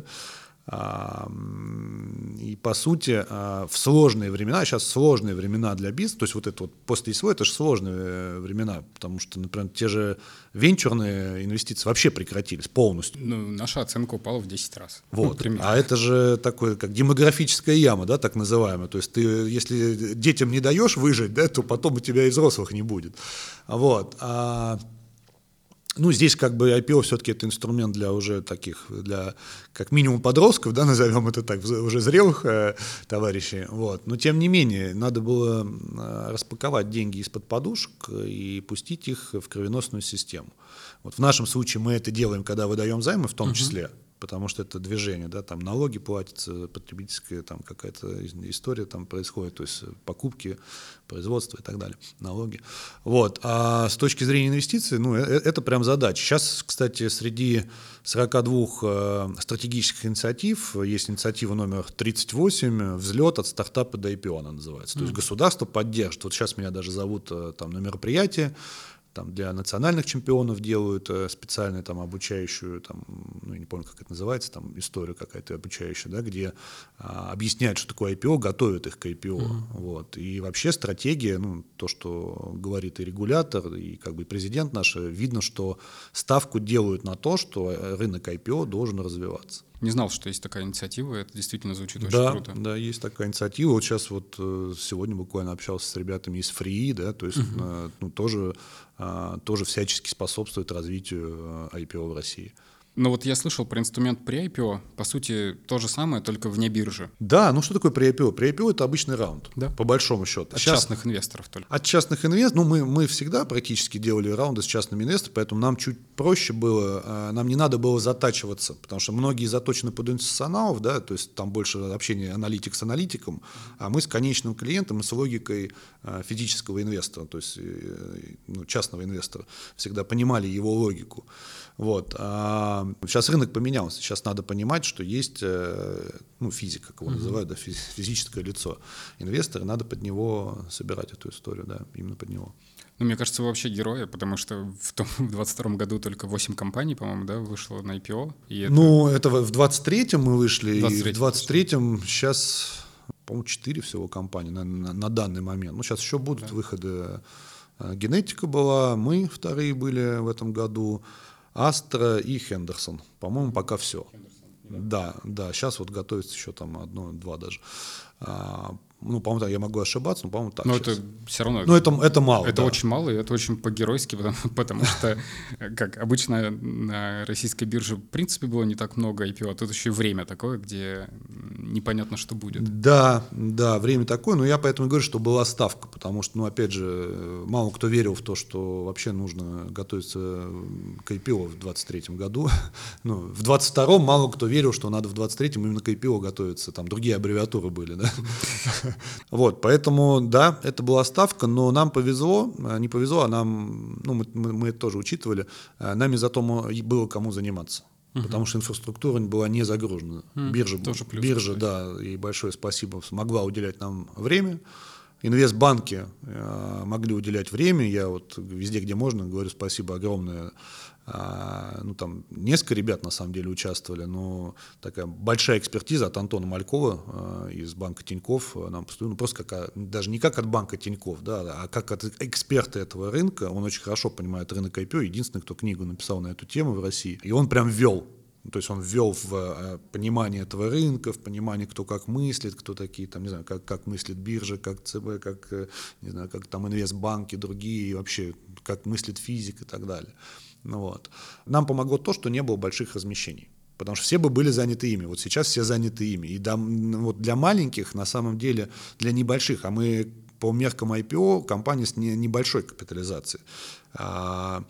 И по сути в сложные времена, сейчас сложные времена для бизнеса, то есть вот это вот после ай эс вэ это же сложные времена, потому что, например, те же венчурные инвестиции вообще прекратились полностью. Ну, наша оценка упала в десять раз. Вот. Ну, а это же такое, как демографическая яма, да, так называемая. То есть ты, если детям не даешь выжить, да, то потом у тебя и взрослых не будет. Вот. А Ну, здесь как бы ай пи о все-таки это инструмент для уже таких, для как минимум подростков, да, назовем это так, уже зрелых э, товарищей. Вот. Но тем не менее, надо было распаковать деньги из-под подушек и пустить их в кровеносную систему. Вот в нашем случае мы это делаем, когда выдаем займы в том uh-huh. числе, потому что это движение, да, там налоги платятся, потребительская там какая-то история там происходит, то есть покупки, производство и так далее, налоги. Вот. А с точки зрения инвестиций, ну, это прям задача. Сейчас, кстати, среди сорока двух э, стратегических инициатив есть инициатива номер тридцать восемь, взлет от стартапа до ай пи о она называется. Mm-hmm. То есть государство поддержит. Вот сейчас меня даже зовут там на мероприятие, там для национальных чемпионов делают э, специальную там обучающую, там, ну, я не помню, как это называется, там историю какая-то обучающая, да, где а, объясняют, что такое ай пи о, готовят их к ай пи о. Mm-hmm. Вот. И вообще стратегия, ну, то, что говорит и регулятор, и как бы президент наш, видно, что ставку делают на то, что рынок ай пи о должен развиваться. Не знал, что есть такая инициатива, это действительно звучит очень да, круто. Да, есть такая инициатива. Вот сейчас вот сегодня буквально общался с ребятами из Free, да, то есть uh-huh. ну, тоже, тоже всячески способствует развитию ай пи о в России. Но вот я слышал про инструмент при ай пи о, по сути, то же самое, только вне биржи. Да, ну что такое при ай пи о? При ай пи о это обычный раунд, да? По большому счету. От Сейчас, частных инвесторов только. От частных инвесторов, ну мы, мы всегда практически делали раунды с частными инвесторами, поэтому нам чуть проще было, нам не надо было затачиваться, потому что многие заточены под институционалов, да, то есть там больше общения аналитик с аналитиком, а мы с конечным клиентом и с логикой физического инвестора, то есть ну, частного инвестора, всегда понимали его логику. Вот. А сейчас рынок поменялся, сейчас надо понимать, что есть ну, физик, как его uh-huh. называют, да, физическое лицо инвестора, надо под него собирать эту историю, да, именно под него. Ну, мне кажется, вы вообще герои, потому что в том в двадцать втором году только восемь компаний, по-моему, да, вышло на ай пи о. И это... Ну, это в двадцать третьем мы вышли, и в двадцать третьем сейчас, по-моему, четыре всего компании на, на, на данный момент. Ну, сейчас еще будут да. выходы. Генетика была, мы вторые были в этом году, Астра и Хендерсон. По-моему, пока все. Да, да, сейчас вот готовится еще там одно-два даже. А, Ну, по-моему, я могу ошибаться, но, по-моему, так. Но сейчас. это все равно... Ну, это, это мало. Это да. очень мало, и это очень по-геройски, потому, потому что, как обычно, на российской бирже в принципе было не так много ай пи о, а тут еще и время такое, где непонятно, что будет. Да, да, время такое, но я поэтому и говорю, что была ставка, потому что, ну, опять же, мало кто верил в то, что вообще нужно готовиться к ай пи о в двадцать третьем году. Ну, в двадцать втором мало кто верил, что надо в двадцать третьем именно к ай пи о готовиться, там другие аббревиатуры были, да. Вот, поэтому, да, это была ставка, но нам повезло, не повезло, а нам, ну, мы, мы, мы это тоже учитывали, нам из-за того было кому заниматься. Uh-huh. Потому что инфраструктура была не загружена. Uh-huh. Биржа, тоже плюс, биржа да, и большое спасибо, смогла уделять нам время. Инвестбанки э, могли уделять время. Я вот везде, где можно, говорю спасибо огромное. А, ну, там несколько ребят на самом деле участвовали, но такая большая экспертиза от Антона Малькова а, из банка Тинькофф, нам ну, просто как, даже не как от банка Тинькофф, да, а как от эксперта этого рынка. Он очень хорошо понимает рынок ай пи о, единственный, кто книгу написал на эту тему в России, и он прям ввел. То есть он ввел в понимание этого рынка, в понимание, кто как мыслит, кто такие, там, не знаю, как, как мыслит биржа, как ЦБ, как, не знаю, как там инвестбанки, другие, и вообще, как мыслит физик и так далее. Ну, вот. Нам помогло то, что не было больших размещений. Потому что все бы были заняты ими. Вот сейчас все заняты ими. И да, вот для маленьких, на самом деле, для небольших, а мы по меркам ай пи о компания с не, небольшой капитализацией, а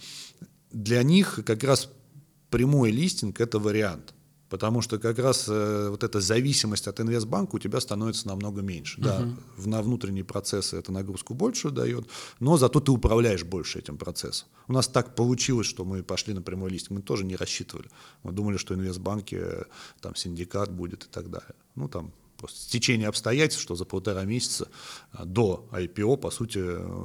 для них как раз прямой листинг – это вариант. Потому что как раз э, вот эта зависимость от инвестбанка у тебя становится намного меньше. Uh-huh. Да, в, на внутренние процессы это нагрузку большую дает, но зато ты управляешь больше этим процессом. У нас так получилось, что мы пошли на прямой листинг. Мы тоже не рассчитывали. Мы думали, что в инвестбанке там синдикат будет и так далее. Ну, там просто стечение обстоятельств, что за полтора месяца до ай пи о, по сути,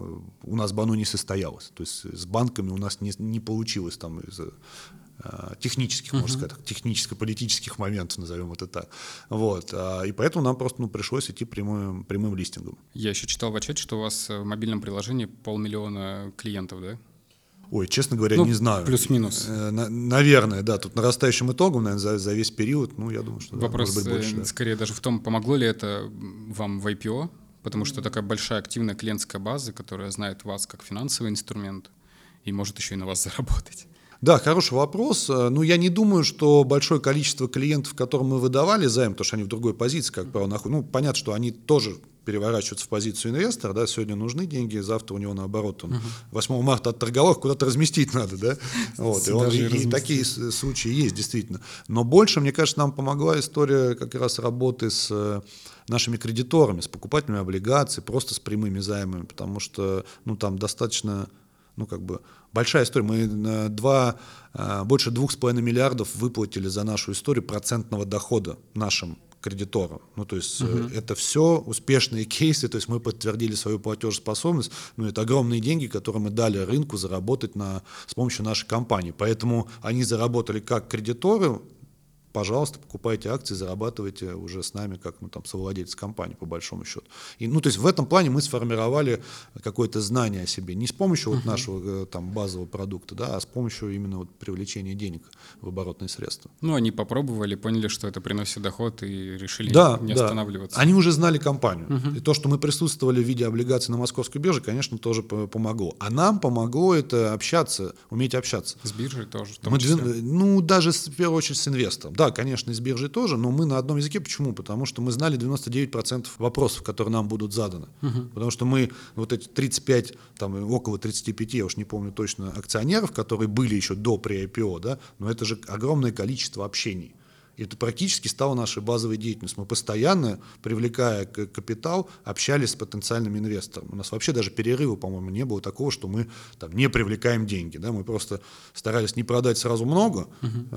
у нас бы оно не состоялось. То есть с банками у нас не, не получилось там из-за технических, uh-huh. можно сказать, техническо-политических моментов, назовем это так. Вот. И поэтому нам просто ну, пришлось идти прямым, прямым листингом. Я еще читал в отчете, что у вас в мобильном приложении полмиллиона клиентов, да? Ой, честно говоря, ну, не знаю. Плюс-минус. На, наверное, да, тут нарастающим итогом, наверное, за, за весь период, ну, я думаю, что Вопрос да, может быть больше. Да. скорее даже в том, помогло ли это вам в ай пи о, потому что такая большая активная клиентская база, которая знает вас как финансовый инструмент и может еще и на вас заработать. Да, хороший вопрос. Ну, я не думаю, что большое количество клиентов, которым мы выдавали займ, потому что они в другой позиции, как правило, находятся. Ну, понятно, что они тоже переворачиваются в позицию инвестора, да, сегодня нужны деньги, завтра у него наоборот, он восьмого марта отторговал, их куда-то разместить надо, да, вот, и, он, и, и такие случаи есть, действительно. Но больше, мне кажется, нам помогла история как раз работы с нашими кредиторами, с покупателями облигаций, просто с прямыми займами, потому что, ну, там достаточно... Ну, как бы большая история. Мы два, больше двух с половиной миллиардов выплатили за нашу историю процентного дохода нашим кредиторам. Ну, то есть uh-huh. это все успешные кейсы, то есть мы подтвердили свою платежеспособность. Ну, это огромные деньги, которые мы дали рынку заработать на, с помощью нашей компании. Поэтому они заработали как кредиторы. Пожалуйста, покупайте акции, зарабатывайте уже с нами, как ну, там, совладелец компании, по большому счету. И, ну, то есть в этом плане мы сформировали какое-то знание о себе. Не с помощью uh-huh. вот нашего там, базового продукта, да, а с помощью именно вот, привлечения денег в оборотные средства. Ну, они попробовали, поняли, что это приносит доход, и решили да, не да. останавливаться. Они уже знали компанию. Uh-huh. И то, что мы присутствовали в виде облигаций на московской бирже, конечно, тоже помогло. А нам помогло это общаться, уметь общаться. С биржей тоже, в том мы, числе. Ну, даже в первую очередь с инвестором. Да, конечно, и с биржей тоже, но мы на одном языке. Почему? Потому что мы знали девяносто девять процентов вопросов, которые нам будут заданы. Uh-huh. Потому что мы вот эти тридцать пять, там около тридцать пять, я уж не помню точно, акционеров, которые были еще до при-ай пи о, да, но это же огромное количество общений. И это практически стало нашей базовой деятельностью. Мы постоянно, привлекая капитал, общались с потенциальными инвесторами. У нас вообще даже перерыва, по-моему, не было такого, что мы там, не привлекаем деньги. Да? Мы просто старались не продать сразу много, uh-huh.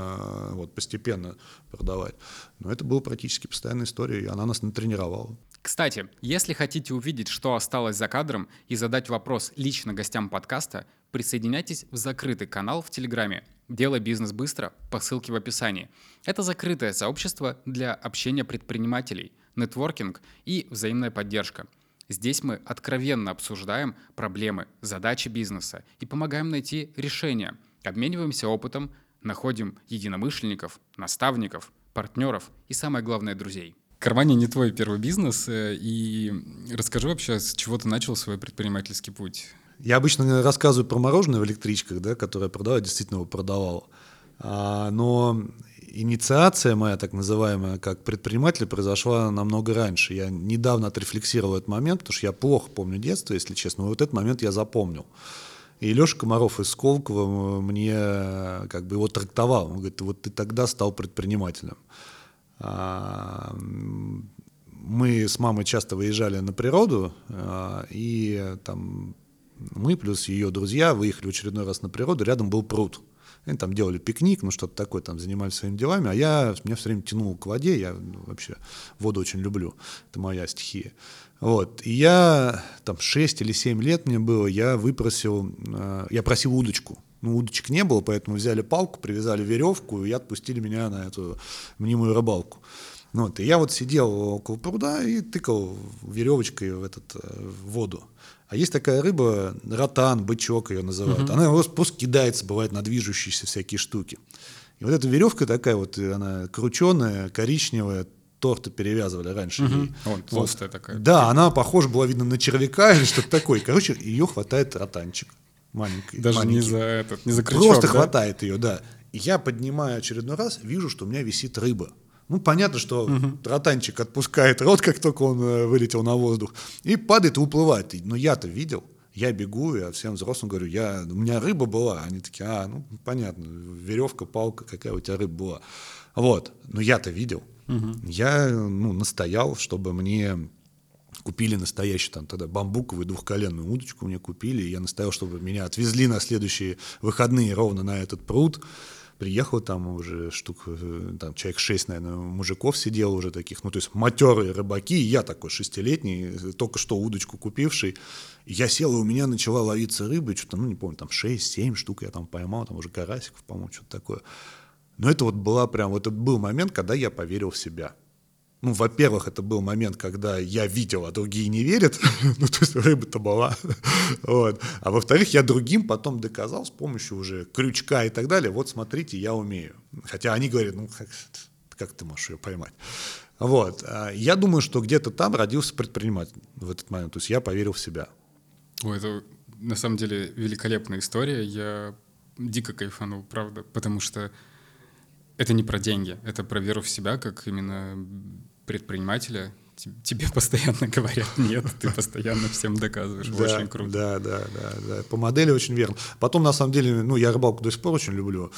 а, вот, постепенно продавать. Но это была практически постоянная история, и она нас натренировала. Кстати, если хотите увидеть, что осталось за кадром, и задать вопрос лично гостям подкаста, присоединяйтесь в закрытый канал в Телеграме «Делай бизнес быстро» по ссылке в описании. Это закрытое сообщество для общения предпринимателей, нетворкинг и взаимная поддержка. Здесь мы откровенно обсуждаем проблемы, задачи бизнеса и помогаем найти решения, обмениваемся опытом, находим единомышленников, наставников, партнеров и, самое главное, друзей. Кармани не твой первый бизнес, и расскажи вообще, с чего ты начал свой предпринимательский путь? Я обычно рассказываю про мороженое в электричках, да, которое я продавал, я действительно его продавал. А, но инициация моя, так называемая, как предприниматель, произошла намного раньше. Я недавно отрефлексировал этот момент, потому что я плохо помню детство, если честно, но вот этот момент я запомнил. И Леша Комаров из Сколково мне как бы его трактовал. Он говорит, вот ты тогда стал предпринимателем. А, мы с мамой часто выезжали на природу, а, и там мы плюс ее друзья выехали в очередной раз на природу, рядом был пруд. Они там делали пикник, ну что-то такое, там занимались своими делами, а я, меня все время тянуло к воде, я ну, вообще воду очень люблю, это моя стихия. Вот, и я, там, шесть или семь лет мне было, я выпросил, э, я просил удочку. Ну, удочек не было, поэтому взяли палку, привязали веревку и отпустили меня на эту мнимую рыбалку. Вот, и я вот сидел около пруда и тыкал веревочкой в, этот, в воду. А есть такая рыба, ротан, бычок ее называют. Uh-huh. Она просто кидается, бывает, на движущиеся всякие штуки. И вот эта веревка такая вот, она крученая, коричневая, торты перевязывали раньше. Uh-huh. Вон, толстая вот. Такая. Да, она похожа была, видно, на червяка или что-то такое. Короче, ее хватает ротанчик маленький. Даже маленький. не за этот, не за крючок, Просто да? хватает ее, да. И я поднимаю очередной раз, вижу, что у меня висит рыба. Ну, понятно, что угу. ротанчик отпускает рот, как только он э, вылетел на воздух, и падает и уплывает. Но я-то видел, я бегу, я всем взрослым говорю, я, у меня рыба была. Они такие, а, ну, понятно, веревка, палка, какая у тебя рыба была. Вот, но я-то видел. Угу. Я, ну, настоял, чтобы мне купили настоящую, там, тогда бамбуковую двухколенную удочку мне купили, и я настоял, чтобы меня отвезли на следующие выходные ровно на этот пруд. Приехал, там уже штук, там человек шесть, наверное, мужиков сидело уже таких, ну, то есть матерые рыбаки, и я такой шестилетний, только что удочку купивший. И я сел, и у меня начала ловиться рыба, что-то, ну, не помню, там шесть-семь штук я там поймал, там уже карасиков, по-моему, что-то такое. Но это вот была прям, вот это был момент, когда я поверил в себя. Ну, во-первых, это был момент, когда я видел, а другие не верят. Ну, то есть рыба-то была. Вот. А во-вторых, я другим потом доказал с помощью уже крючка и так далее. Вот, смотрите, я умею. Хотя они говорят, ну, как, как ты можешь ее поймать? Вот. Я думаю, что где-то там родился предприниматель в этот момент. То есть я поверил в себя. Ой, это на самом деле великолепная история. Я дико кайфанул, правда, потому что это не про деньги, это про веру в себя, как именно предпринимателя. Тебе постоянно говорят нет, ты постоянно всем доказываешь. Да, очень круто. Да, да, да, да. По модели очень верно. Потом, на самом деле, ну, я рыбалку до сих пор очень люблю.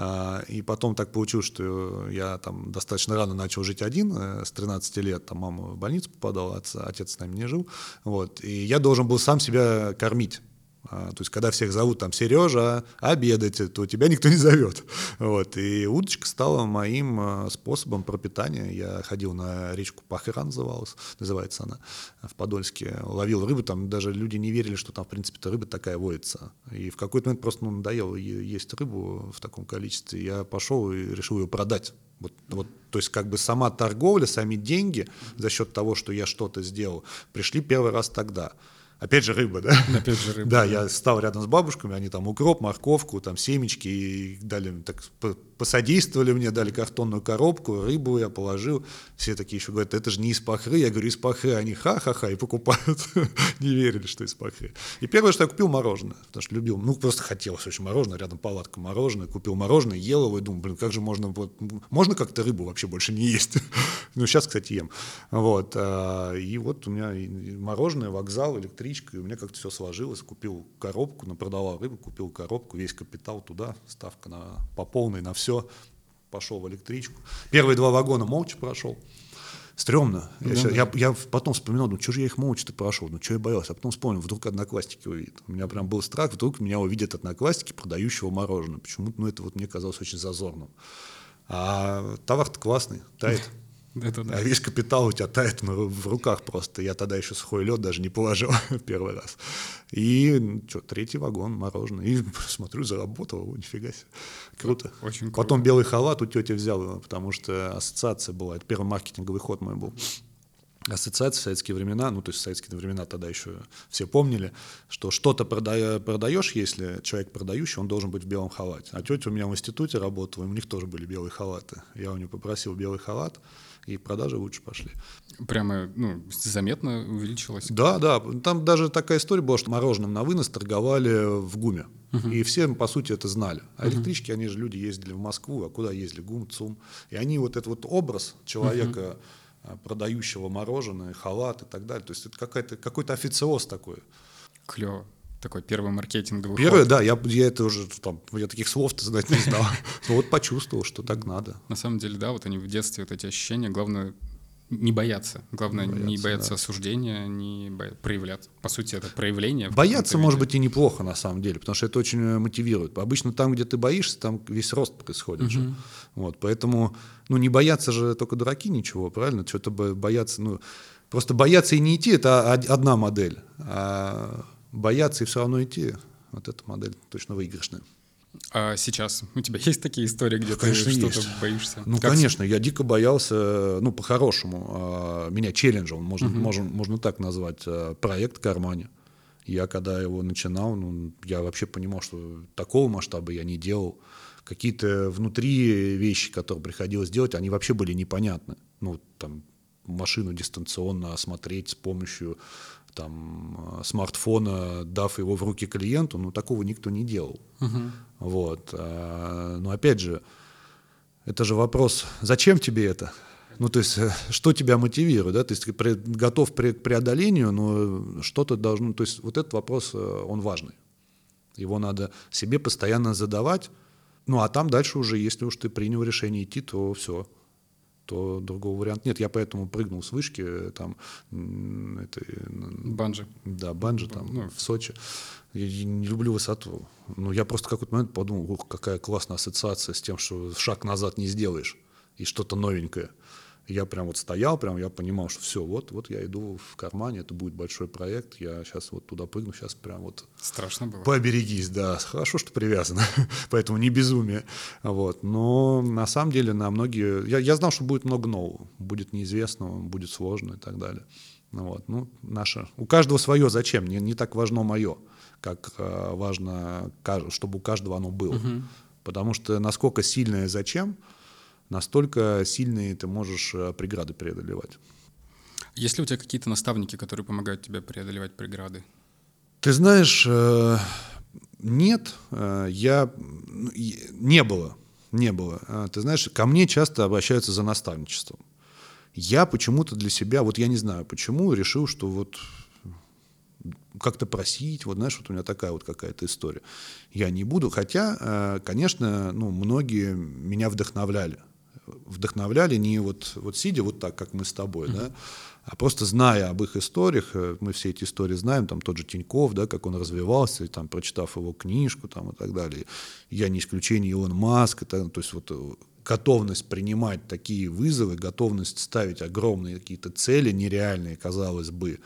И потом так получилось, что я там достаточно рано начал жить один, с тринадцати лет. Там мама в больницу попадала, отец с нами не жил. Вот. И я должен был сам себя кормить. То есть, когда всех зовут там Сережа, обедать, то тебя никто не зовет. Вот. И удочка стала моим способом пропитания. Я ходил на речку Пахыра, называлась, называется она, в Подольске. Ловил рыбу, там даже люди не верили, что там, в принципе-то, рыба такая водится. И в какой-то момент просто ну, надоело есть рыбу в таком количестве. Я пошел и решил ее продать. Вот, вот, то есть как бы сама торговля, сами деньги за счет того, что я что-то сделал, пришли первый раз тогда. Опять же рыба, да? Опять же рыба. Да, да, я стал рядом с бабушками, они там укроп, морковку, там семечки и дали, так посодействовали мне, дали картонную коробку, рыбу я положил. Все такие еще говорят, это же не из Пахры. Я говорю, из Пахры. Они ха-ха-ха и покупают. Не верили, что из Пахры. И первое, что я купил мороженое, потому что любил, ну просто хотелось очень мороженое, рядом палатка мороженое, купил мороженое, ел его и думал, блин, как же можно, вот, можно как-то рыбу вообще больше не есть? Ну сейчас, кстати, ем. Вот. И вот у меня мороженое, вокзал, электричка, и у меня как-то все сложилось. Купил коробку, продавал рыбу, купил коробку, весь капитал туда, ставка на, по полной на все. Все, пошел в электричку. Первые два вагона молча прошел. Стремно. Я, да, сейчас, да. Я, я потом вспоминал, ну что же я их молча-то прошел, ну что я боялся. А потом вспомнил, вдруг одноклассники увидят. У меня прям был страх, вдруг меня увидят одноклассники, продающего мороженое. Почему-то ну, это вот мне казалось очень зазорным. А товар-то классный, тает. Это да. А весь капитал у тебя тает в руках просто. Я тогда еще сухой лед даже не положил первый раз. И что, третий вагон, мороженое. И смотрю, заработал, о, нифига себе. Круто. Очень круто. Потом белый халат у тети взял, потому что ассоциация была. Это первый маркетинговый ход мой был. ассоциация в советские времена, ну, то есть в советские времена тогда еще все помнили, что что-то прода- продаешь, если человек продающий, он должен быть в белом халате. А тетя у меня в институте работала, у них тоже были белые халаты. Я у нее попросил белый халат, и продажи лучше пошли. Прямо, ну, заметно увеличилось? Да, да. Там даже такая история была, что мороженым на вынос торговали в ГУМе. Uh-huh. И все, по сути, это знали. А электрички, uh-huh. они же, люди ездили в Москву, а куда ездили? ГУМ, ЦУМ. И они вот этот вот образ человека, uh-huh. продающего мороженое, халат и так далее. То есть это какая-то, какой-то официоз такой. Клево. Такой первый маркетинговый Первый, ход. да, я, я это уже, там, я таких слов-то знать не знал. Но вот почувствовал, что так надо. На самом деле, да, вот они в детстве, вот эти ощущения, главное не бояться. Главное, не бояться, не бояться да. осуждения, не бо... проявляться. По сути, это проявление. Бояться, может быть, и неплохо, на самом деле, потому что это очень мотивирует. Обычно там, где ты боишься, там весь рост происходит. Uh-huh. же. Вот, поэтому, ну, не бояться же только дураки ничего, правильно? Что-то бояться, ну, просто бояться и не идти — это одна модель. А бояться и все равно идти — вот эта модель точно выигрышная. А сейчас у тебя есть такие истории, где конечно, ты что-то есть. боишься? Ну, как конечно, с... я дико боялся, ну, по-хорошему, меня челленджил, можно, uh-huh. можно, можно так назвать, проект «Кармани». Я когда его начинал, ну, я вообще понимал, что такого масштаба я не делал. Какие-то внутри вещи, которые приходилось делать, они вообще были непонятны. Ну, там, машину дистанционно осмотреть с помощью там, смартфона, дав его в руки клиенту, ну, такого никто не делал. Uh-huh. Вот. Но опять же, это же вопрос, зачем тебе это? Ну, то есть, что тебя мотивирует, да? То есть, ты готов к преодолению, но что-то должно... То есть, вот этот вопрос, он важный. Его надо себе постоянно задавать. Ну, а там дальше уже, если уж ты принял решение идти, то все. То другого варианта нет. Я поэтому прыгнул с вышки, там... Это, банджи. Да, банджи там, ну, в Сочи. Я не люблю высоту. Ну, я просто в какой-то момент подумал, ух, какая классная ассоциация с тем, что шаг назад не сделаешь, и что-то новенькое. Я прям вот стоял, прям я понимал, что все, вот, вот я иду в Кармани, это будет большой проект, я сейчас вот туда прыгну, сейчас прям вот... Страшно было. Поберегись, да, хорошо, что привязано, поэтому не безумие. Вот. Но на самом деле на многие... Я, я знал, что будет много нового, будет неизвестного, будет сложно и так далее. Вот. Ну, наше... У каждого свое зачем, не, не так важно мое, как э, важно, чтобы у каждого оно было. Угу. Потому что насколько сильное зачем, настолько сильные ты можешь преграды преодолевать. Есть ли у тебя какие-то наставники, которые помогают тебе преодолевать преграды? Ты знаешь, нет, я не было, не было. Ты знаешь, ко мне часто обращаются за наставничеством. Я почему-то для себя, вот я не знаю почему, решил, что вот как-то просить, вот знаешь, вот у меня такая вот какая-то история. Я не буду, хотя, конечно, ну, многие меня вдохновляли. Вдохновляли не вот, вот сидя вот так, как мы с тобой, mm-hmm. да, а просто зная об их историях, мы все эти истории знаем, там тот же Тиньков, да, как он развивался, там, прочитав его книжку там, и так далее. Я не исключение, Илон Маск, это, то есть вот готовность принимать такие вызовы, готовность ставить огромные какие-то цели, нереальные, казалось бы,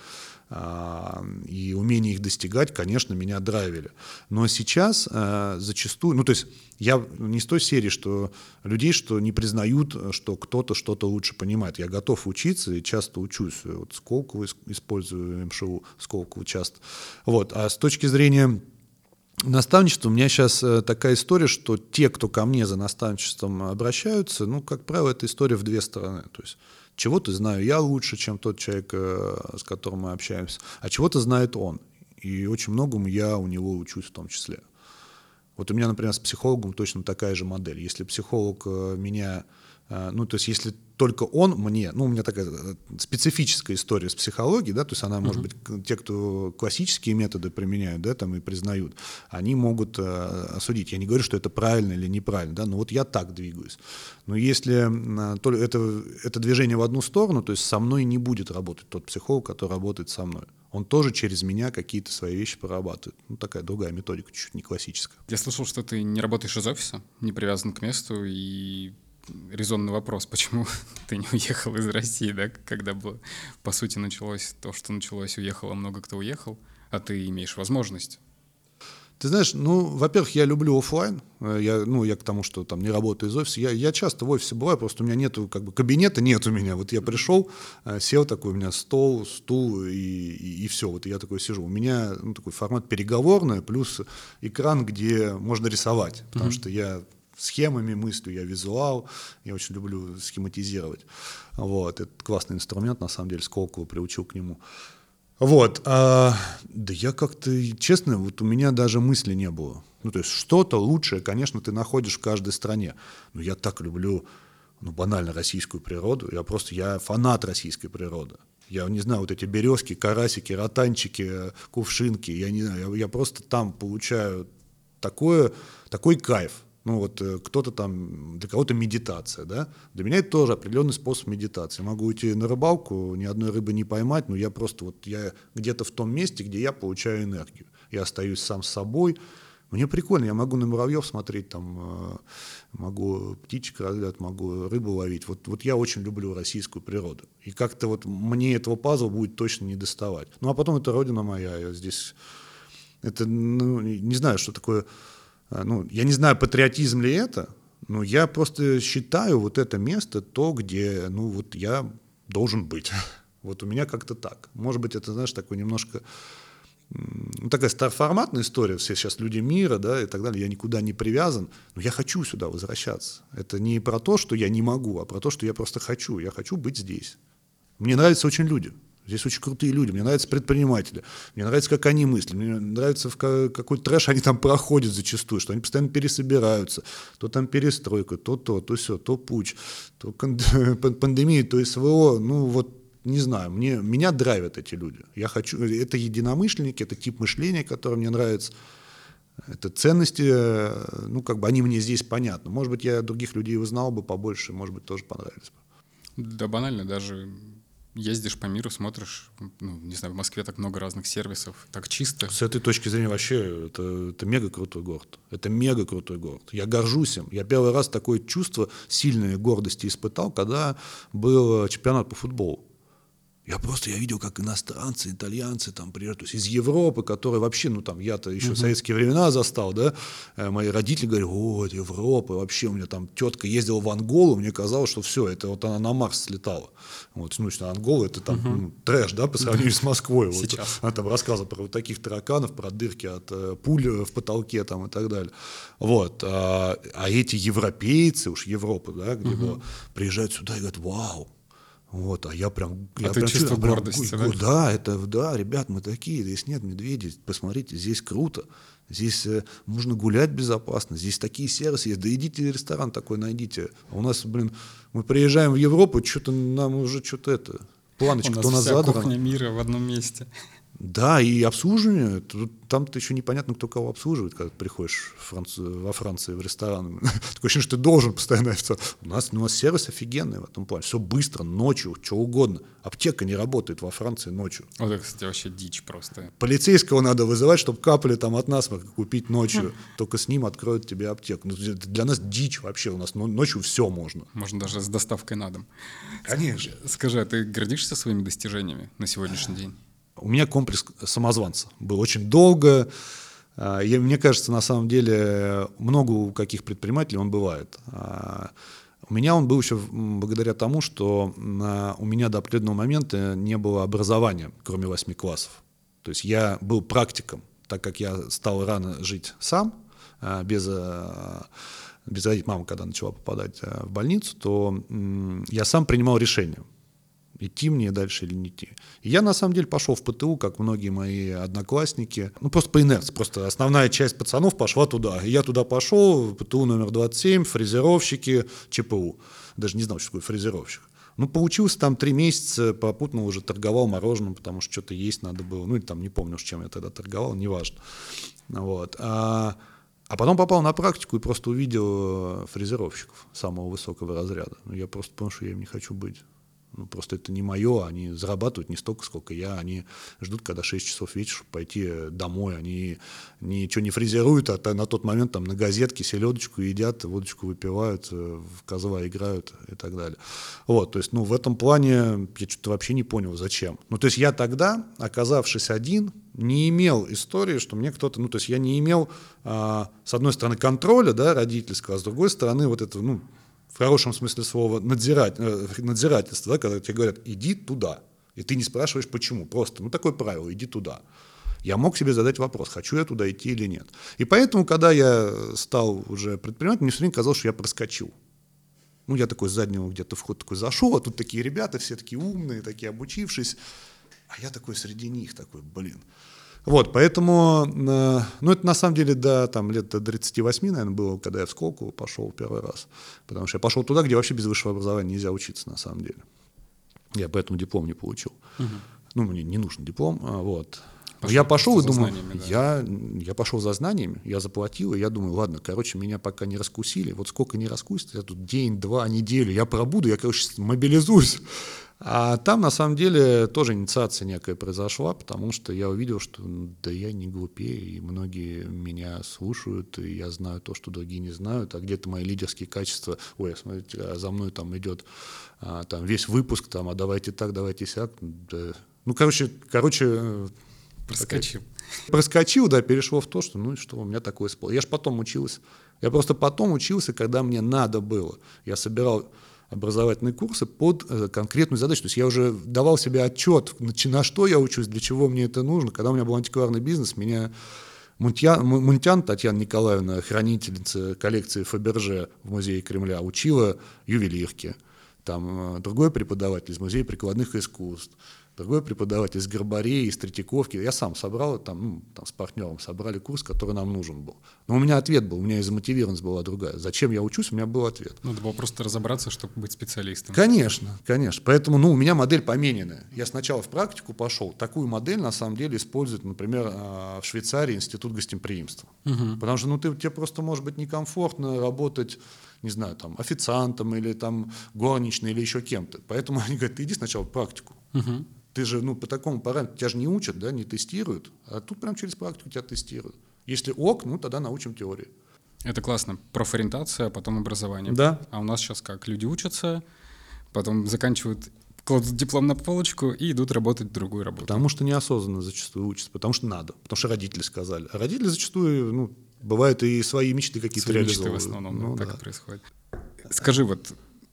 и умение их достигать, конечно, меня драйвили. Но сейчас э, зачастую, ну то есть я не с той серии, что людей, что не признают, что кто-то что-то лучше понимает. Я готов учиться и часто учусь. Вот Сколково использую, эм ша у, Сколково часто. Вот. А с точки зрения наставничества у меня сейчас такая история, что те, кто ко мне за наставничеством обращаются, ну, как правило, это история в две стороны. То есть чего-то знаю я лучше, чем тот человек, с которым мы общаемся, а чего-то знает он. И очень многому я у него учусь в том числе. Вот у меня, например, с психологом точно такая же модель. Если психолог меня... Ну, то есть, если только он мне... Ну, у меня такая специфическая история с психологией, да, то есть она, uh-huh. может быть, те, кто классические методы применяют, да, там и признают, они могут э, осудить. Я не говорю, что это правильно или неправильно, да, но вот я так двигаюсь. Но если э, это, это движение в одну сторону, то есть со мной не будет работать тот психолог, который работает со мной. Он тоже через меня какие-то свои вещи прорабатывает. Ну, такая другая методика, чуть-чуть не классическая. Я слышал, что ты не работаешь из офиса, не привязан к месту, и резонный вопрос, почему ты не уехал из России, да, когда было, по сути, началось то, что началось, уехало, много кто уехал, а ты имеешь возможность. Ты знаешь, ну, во-первых, я люблю офлайн. Я, ну, я к тому, что там не работаю из офиса. Я, я часто в офисе бываю, просто у меня нету, как бы, кабинета нет у меня. Вот я пришел, сел такой, у меня стол, стул и, и, и все. Вот я такой сижу. У меня, ну, такой формат переговорный, плюс экран, где можно рисовать. Потому mm-hmm. что я схемами мыслю, я визуал, я очень люблю схематизировать. Вот. Это классный инструмент, на самом деле, Сколково приучил к нему. Вот, а, да я как-то, честно, вот у меня даже мысли не было. Ну, то есть что-то лучшее, конечно, ты находишь в каждой стране. Но я так люблю, ну, банально российскую природу. Я просто, я фанат российской природы. Я не знаю, вот эти березки, карасики, ротанчики, кувшинки, я не знаю, я, я просто там получаю такое, такой кайф. Ну вот кто-то там, для кого-то медитация, да? Для меня это тоже определенный способ медитации. Могу уйти на рыбалку, ни одной рыбы не поймать, но я просто вот, я где-то в том месте, где я получаю энергию. Я остаюсь сам с собой. Мне прикольно, я могу на муравьев смотреть, там, могу птичек разглядывать, могу рыбу ловить. Вот, вот я очень люблю российскую природу. И как-то вот мне этого пазла будет точно не доставать. Ну а потом это родина моя, я здесь, это, ну, не знаю, что такое. Ну, я не знаю, патриотизм ли это, но я просто считаю вот это место то, где, ну, вот я должен быть. Вот у меня как-то так. Может быть, это, знаешь, такой немножко, ну, такая староформатная история, все сейчас люди мира, да, и так далее, я никуда не привязан, но я хочу сюда возвращаться. Это не про то, что я не могу, а про то, что я просто хочу. Я хочу быть здесь. Мне нравятся очень люди. Здесь очень крутые люди, мне нравятся предприниматели, мне нравится, как они мыслят, мне нравится, в какой трэш они там проходят зачастую, что они постоянно пересобираются, то там перестройка, то то, то сё, то путч, то пандемия, то СВО, ну вот не знаю, мне, меня драйвят эти люди. Я хочу, это единомышленники, это тип мышления, который мне нравится, это ценности, ну как бы они мне здесь понятны. Может быть, я других людей узнал бы побольше, может быть, тоже понравились бы. Да банально, даже... Ездишь по миру, смотришь, ну, не знаю, в Москве так много разных сервисов, так чисто. С этой точки зрения вообще это, это мега крутой город. Это мега крутой город. Я горжусь им. Я первый раз такое чувство сильной гордости испытал, когда был чемпионат по футболу. Я просто, я видел, как иностранцы, итальянцы там приезжают, то есть из Европы, которые вообще, ну там, я-то еще uh-huh. в советские времена застал, да, мои родители говорят, о, это Европа, вообще у меня там тетка ездила в Анголу, мне казалось, что все, это вот она на Марс слетала. Вот, ну, что Ангола, это там uh-huh. ну, трэш, да, по сравнению с Москвой. Сейчас. Вот, она там рассказывала про вот таких тараканов, про дырки от э, пуль в потолке там и так далее. Вот, а, а эти европейцы, уж Европа, да, где uh-huh. было, приезжают сюда и говорят, вау. Вот, а я прям... А я ты прям чувство прям, гордости, прям, да? Да, это, да, ребят, мы такие, здесь нет медведей, посмотрите, здесь круто, здесь э, можно гулять безопасно, здесь такие сервисы есть, да идите в ресторан такой найдите. А у нас, блин, мы приезжаем в Европу, что-то нам уже что-то это, планочка, то у нас вся задрана. кухня мира в одном месте. Да, и обслуживание, там-то еще непонятно, кто кого обслуживает, когда ты приходишь в Францию, во Франции в ресторан. Такое ощущение, что ты должен постоянно официально. У нас, у нас сервис офигенный в этом плане. Все быстро, ночью, что угодно. Аптека не работает во Франции ночью. Вот это, кстати, вообще дичь просто. Полицейского надо вызывать, чтобы капали там от насморка купить ночью. Только с ним откроют тебе аптеку. Для нас дичь вообще. У нас ночью все можно. Можно даже с доставкой на дом. Конечно. Скажи, а ты гордишься своими достижениями на сегодняшний день? У меня комплекс самозванца был очень долго. И мне кажется, на самом деле, много у каких предпринимателей он бывает. У меня он был еще благодаря тому, что у меня до определенного момента не было образования, кроме восьми классов. То есть я был практиком, так как я стал рано жить сам, без, без родителей. Мама, когда начала попадать в больницу, то я сам принимал решения. Идти мне дальше или не идти. И я, на самом деле, пошел в ПТУ, как многие мои одноклассники. Ну, просто по инерции. Просто основная часть пацанов пошла туда. И я туда пошел, ПТУ номер двадцать семь, фрезеровщики, ЧПУ. Даже не знал, что такое фрезеровщик. Ну, поучился там три месяца, попутно уже торговал мороженым, потому что что-то есть надо было. Ну, или там не помню, с чем я тогда торговал, неважно. Вот. А, а потом попал на практику и просто увидел фрезеровщиков самого высокого разряда. Ну, я просто понял, что я им не хочу быть. Ну, просто это не мое, они зарабатывают не столько, сколько я, они ждут, когда шесть часов вечера, чтобы пойти домой, они ничего не фрезеруют, а на тот момент там на газетке селедочку едят, водочку выпивают, в козла играют и так далее. Вот, то есть, ну, в этом плане я что-то вообще не понял, зачем. Ну, то есть я тогда, оказавшись один, не имел истории, что мне кто-то, ну, то есть я не имел, а, с одной стороны, контроля, да, родительского, а с другой стороны, вот это, ну, в хорошем смысле слова, надзирать, э, надзирательство, да, когда тебе говорят, иди туда, и ты не спрашиваешь, почему, просто, ну, такое правило, иди туда. Я мог себе задать вопрос, хочу я туда идти или нет. И поэтому, когда я стал уже предпринимателем, мне все время казалось, что я проскочил. Ну, я такой с заднего где-то вход такой зашел, а тут такие ребята, все такие умные, такие обучившись, а я такой среди них, такой, блин. Вот, поэтому, э, ну, это на самом деле до там, лет до тридцати восьми, наверное, было, когда я в Сколково пошел первый раз. Потому что я пошел туда, где вообще без высшего образования нельзя учиться, на самом деле. Я поэтому диплом не получил. Угу. Ну, мне не нужен диплом, вот. Пошел, я пошел и думаю, да. я, я пошел за знаниями, я заплатил, и я думаю, ладно, короче, меня пока не раскусили, вот сколько не раскусят, я тут день, два, неделю, я пробуду, я, короче, мобилизуюсь. А там, на самом деле, тоже инициация некая произошла, потому что я увидел, что да я не глупее, и многие меня слушают, и я знаю то, что другие не знают, а где-то мои лидерские качества, ой, смотрите, а за мной там идет а, там, весь выпуск, там, а давайте так, давайте сяк. Да. Ну, короче, короче... Проскочил. Проскочил, да, перешло в то, что, ну, что у меня такое спор. Я же потом учился. Я просто потом учился, когда мне надо было. Я собирал образовательные курсы под э, конкретную задачу. То есть я уже давал себе отчет, на, на что я учусь, для чего мне это нужно. Когда у меня был антикварный бизнес, меня Мунтян, Мунтян Татьяна Николаевна, хранительница коллекции Фаберже в музее Кремля, учила ювелирке. Там э, другой преподаватель из музея прикладных искусств. Другой преподаватель из Горбарей, из Третьяковки. Я сам собрал, там, ну, там, с партнером собрали курс, который нам нужен был. Но у меня ответ был, у меня и замотивированность была другая. Зачем я учусь, у меня был ответ. Надо было просто разобраться, чтобы быть специалистом. Конечно, конечно. Поэтому, ну, у меня модель помененная. Я сначала в практику пошел. Такую модель, на самом деле, использует, например, в Швейцарии институт гостеприимства. Угу. Потому что, ну, ты, тебе просто может быть некомфортно работать, не знаю, там, официантом или там горничной или еще кем-то. Поэтому они говорят, ты иди сначала в практику. Угу. Ты же, ну, по такому параметру, тебя же не учат, да, не тестируют, а тут прям через практику тебя тестируют. Если ок, ну, тогда научим теорию. Это классно. Профориентация, а потом образование. Да. А у нас сейчас как? Люди учатся, потом заканчивают, кладут диплом на полочку и идут работать в другую работу. Потому что неосознанно зачастую учатся, потому что надо, потому что родители сказали. А родители зачастую, ну, бывает и свои мечты какие-то свои реализовывают. Мечты в основном, ну, да, да. Так и происходит. Скажи, вот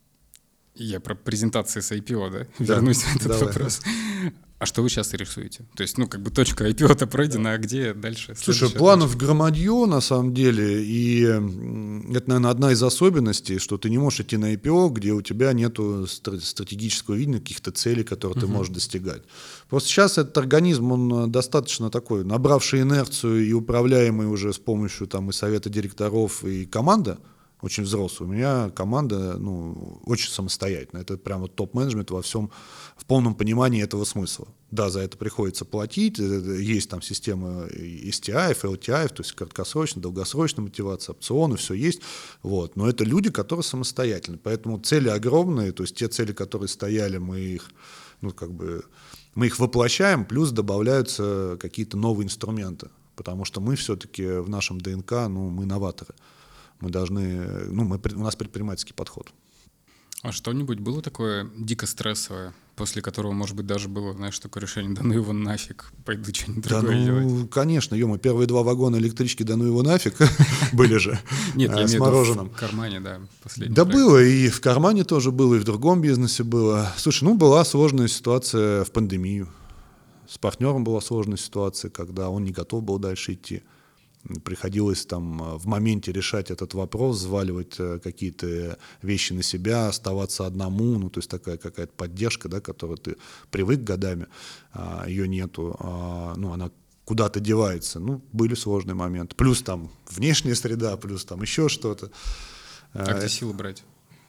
я про презентации с ай пи о, да? да. Вернусь в этот Давай. вопрос. А что вы сейчас рисуете? То есть, ну, как бы точка ай пи о-то пройдена, а где дальше? Слушай, планов громадье, на самом деле, и это, наверное, одна из особенностей, что ты не можешь идти на ай пи о, где у тебя нету стратегического видения, каких-то целей, которые uh-huh. ты можешь достигать. Просто сейчас этот организм, он достаточно такой, набравший инерцию и управляемый уже с помощью там и совета директоров, и команда, очень взрослая. У меня команда, ну, очень самостоятельная. Это прямо топ-менеджмент во всем, в полном понимании этого смысла. Да, за это приходится платить. Есть там система эс ти ай, эл ти ай, то есть краткосрочная, долгосрочная мотивация, опционы, все есть. Вот. Но это люди, которые самостоятельны. Поэтому цели огромные, то есть те цели, которые стояли, мы их, ну, как бы, мы их воплощаем, плюс добавляются какие-то новые инструменты. Потому что мы все-таки в нашем ДНК, ну, мы новаторы. Мы должны, ну, мы, у нас предпринимательский подход. А что-нибудь было такое дико стрессовое, после которого, может быть, даже было, знаешь, такое решение, да ну его нафиг, пойду что-нибудь да другое ну, делать? Конечно, ё-моё, первые два вагона электрички, да ну его нафиг, были же. Нет, я с имею мороженым. В кармане, да, последний. Да было, и в кармане тоже было, и в другом бизнесе было. Слушай, ну, была сложная ситуация в пандемию. С партнером была сложная ситуация, когда он не готов был дальше идти. Приходилось там в моменте решать этот вопрос, взваливать какие-то вещи на себя, оставаться одному, ну, то есть такая какая-то поддержка, да, которую ты привык годами, а, ее нету, а, ну, она куда-то девается. Ну, были сложные моменты. Плюс там внешняя среда, плюс там еще что-то. А где силы брать?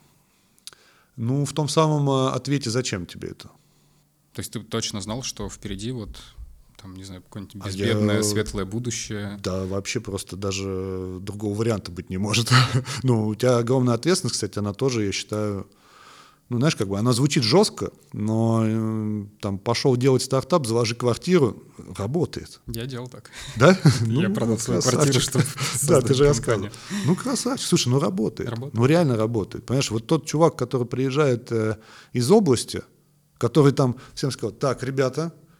Ну, в том самом ответе, зачем тебе это? То есть ты точно знал, что впереди вот... Там, не знаю, какое-нибудь безбедное, а я... светлое будущее. Да, вообще просто даже другого варианта быть не может. Ну, у тебя огромная ответственность, кстати, она тоже, я считаю, ну, знаешь, как бы она звучит жестко, но э, там пошел делать стартап, заложи квартиру, работает. Я делал так. Да? Я продал свою квартиру, чтобы да, ты же рассказывал. Ну, красавчик. Слушай, ну работает. Ну, реально работает. Понимаешь, вот тот чувак, который приезжает из области, который там всем сказал, так, ребята,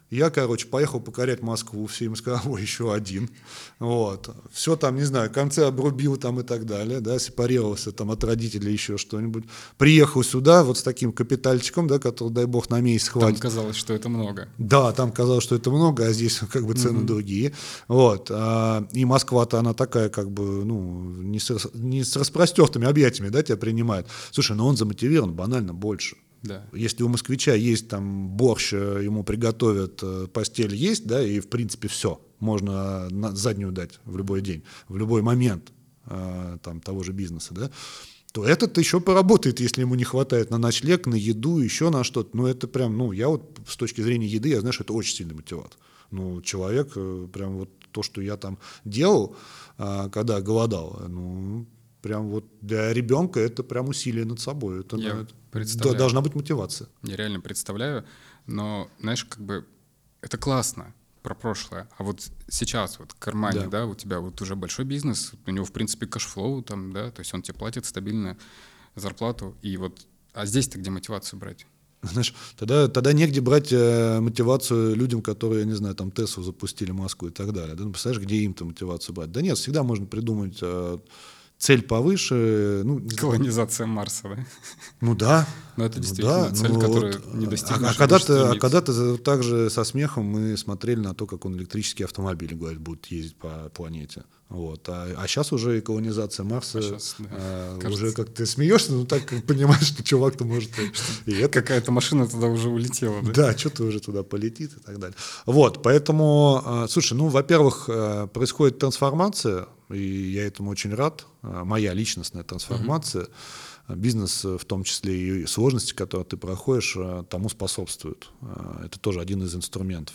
Я, короче, поехал покорять Москву, все им сказали, ой, еще один. Вот. Все там, не знаю, концы обрубил там и так далее, да, сепарировался там от родителей, еще что-нибудь. Приехал сюда вот с таким капитальчиком, да, который, дай бог, на месяц хватит. Там казалось, что это много. Да, там казалось, что это много, а здесь как бы цены mm-hmm. другие. Вот. И Москва-то она такая, как бы, ну, не с, не с распростертыми объятиями, да, тебя принимает. Слушай, но он замотивирован банально больше. Да. Если у москвича есть там борщ, ему приготовят, постель есть, да, и в принципе все, можно на заднюю дать в любой день, в любой момент там, того же бизнеса, да, то этот еще поработает, если ему не хватает на ночлег, на еду, еще на что-то. Ну, это прям, ну, я вот с точки зрения еды, я знаю, что это очень сильный мотиватор. Ну, человек, прям вот то, что я там делал, когда голодал, ну, прям вот для ребенка это прям усилие над собой. Это, я это представляю. Должна быть мотивация. Я реально представляю, но, знаешь, как бы это классно про прошлое, а вот сейчас вот в кармане, да. да, у тебя вот уже большой бизнес, у него, в принципе, кэшфлоу там, да, то есть он тебе платит стабильно зарплату, и вот, а здесь-то где мотивацию брать? Знаешь, тогда, тогда негде брать э, мотивацию людям, которые, я не знаю, там Теслу запустили, Москву и так далее. Да? Ну, представляешь, где им-то мотивацию брать? Да нет, всегда можно придумать э, цель повыше. Ну, колонизация Марса, да? Ну да. Но это действительно ну, да, цель, ну, которая вот, не достигнешь. А, а когда-то, а когда-то также со смехом мы смотрели на то, как он электрические автомобили, говорят, будут ездить по планете. Вот. А, а сейчас уже и колонизация Марса, а сейчас, да, а, уже как ты смеешься, но так понимаешь, что чувак-то может... И это... Какая-то машина туда уже улетела, да? Да, что-то уже туда полетит и так далее. Вот, поэтому, слушай, ну, во-первых, происходит трансформация, и я этому очень рад, моя личностная трансформация. Uh-huh. Бизнес, в том числе и сложности, которые ты проходишь, тому способствуют. Это тоже один из инструментов.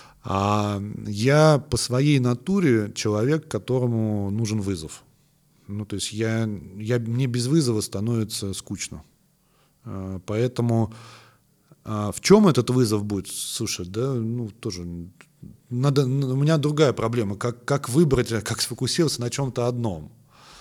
А я по своей натуре человек, которому нужен вызов. Ну, то есть я, я, мне без вызова становится скучно. Поэтому в чем этот вызов будет? Слушай, да, ну, тоже... Надо, у меня другая проблема, как, как выбрать, как сфокусироваться на чем-то одном.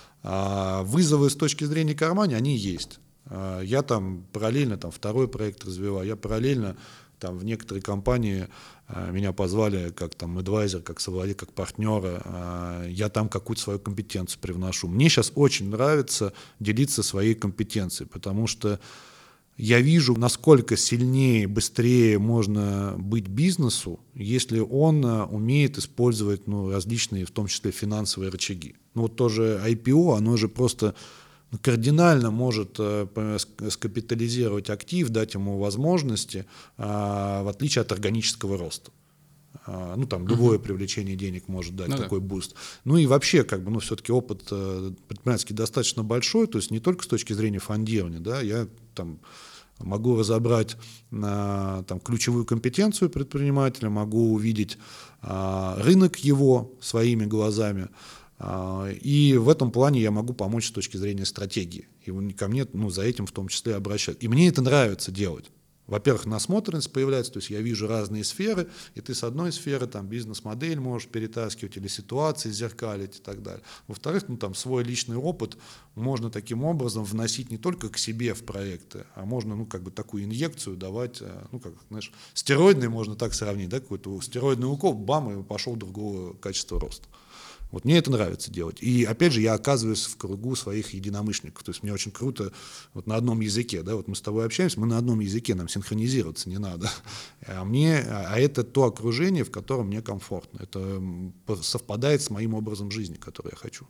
А вызовы с точки зрения кармана, они есть. А я там параллельно там, второй проект развиваю, я параллельно там, в некоторые компании а, меня позвали как там адвайзер, как совладелец, как партнера, а, я там какую-то свою компетенцию привношу. Мне сейчас очень нравится делиться своей компетенцией, потому что я вижу, насколько сильнее, быстрее можно быть бизнесу, если он умеет использовать ну, различные, в том числе финансовые рычаги. Ну вот тоже ай пи о, оно же просто кардинально может э, скапитализировать актив, дать ему возможности, э, в отличие от органического роста. Э, ну там любое uh-huh. привлечение денег может дать ну, такой да. буст. Ну и вообще, как бы, ну все-таки опыт э, предпринимательский достаточно большой, то есть не только с точки зрения фондирования, да, я там могу разобрать а, там, ключевую компетенцию предпринимателя, могу увидеть а, рынок его своими глазами, а, и в этом плане я могу помочь с точки зрения стратегии. И ко мне ну, за этим в том числе обращаются. И мне это нравится делать. Во-первых, насмотренность появляется, то есть я вижу разные сферы, и ты с одной сферы там, бизнес-модель можешь перетаскивать или ситуации зеркалить и так далее. Во-вторых, ну, там, свой личный опыт можно таким образом вносить не только к себе в проекты, а можно ну, как бы такую инъекцию давать, ну, как, знаешь, стероидный можно так сравнить, да, какой-то стероидный укол, бам, и пошел другого качества роста. Вот мне это нравится делать. И опять же, я оказываюсь в кругу своих единомышленников. То есть мне очень круто вот на одном языке. Да, вот мы с тобой общаемся, мы на одном языке, нам синхронизироваться не надо. А, мне, а это то окружение, в котором мне комфортно. Это совпадает с моим образом жизни, который я хочу.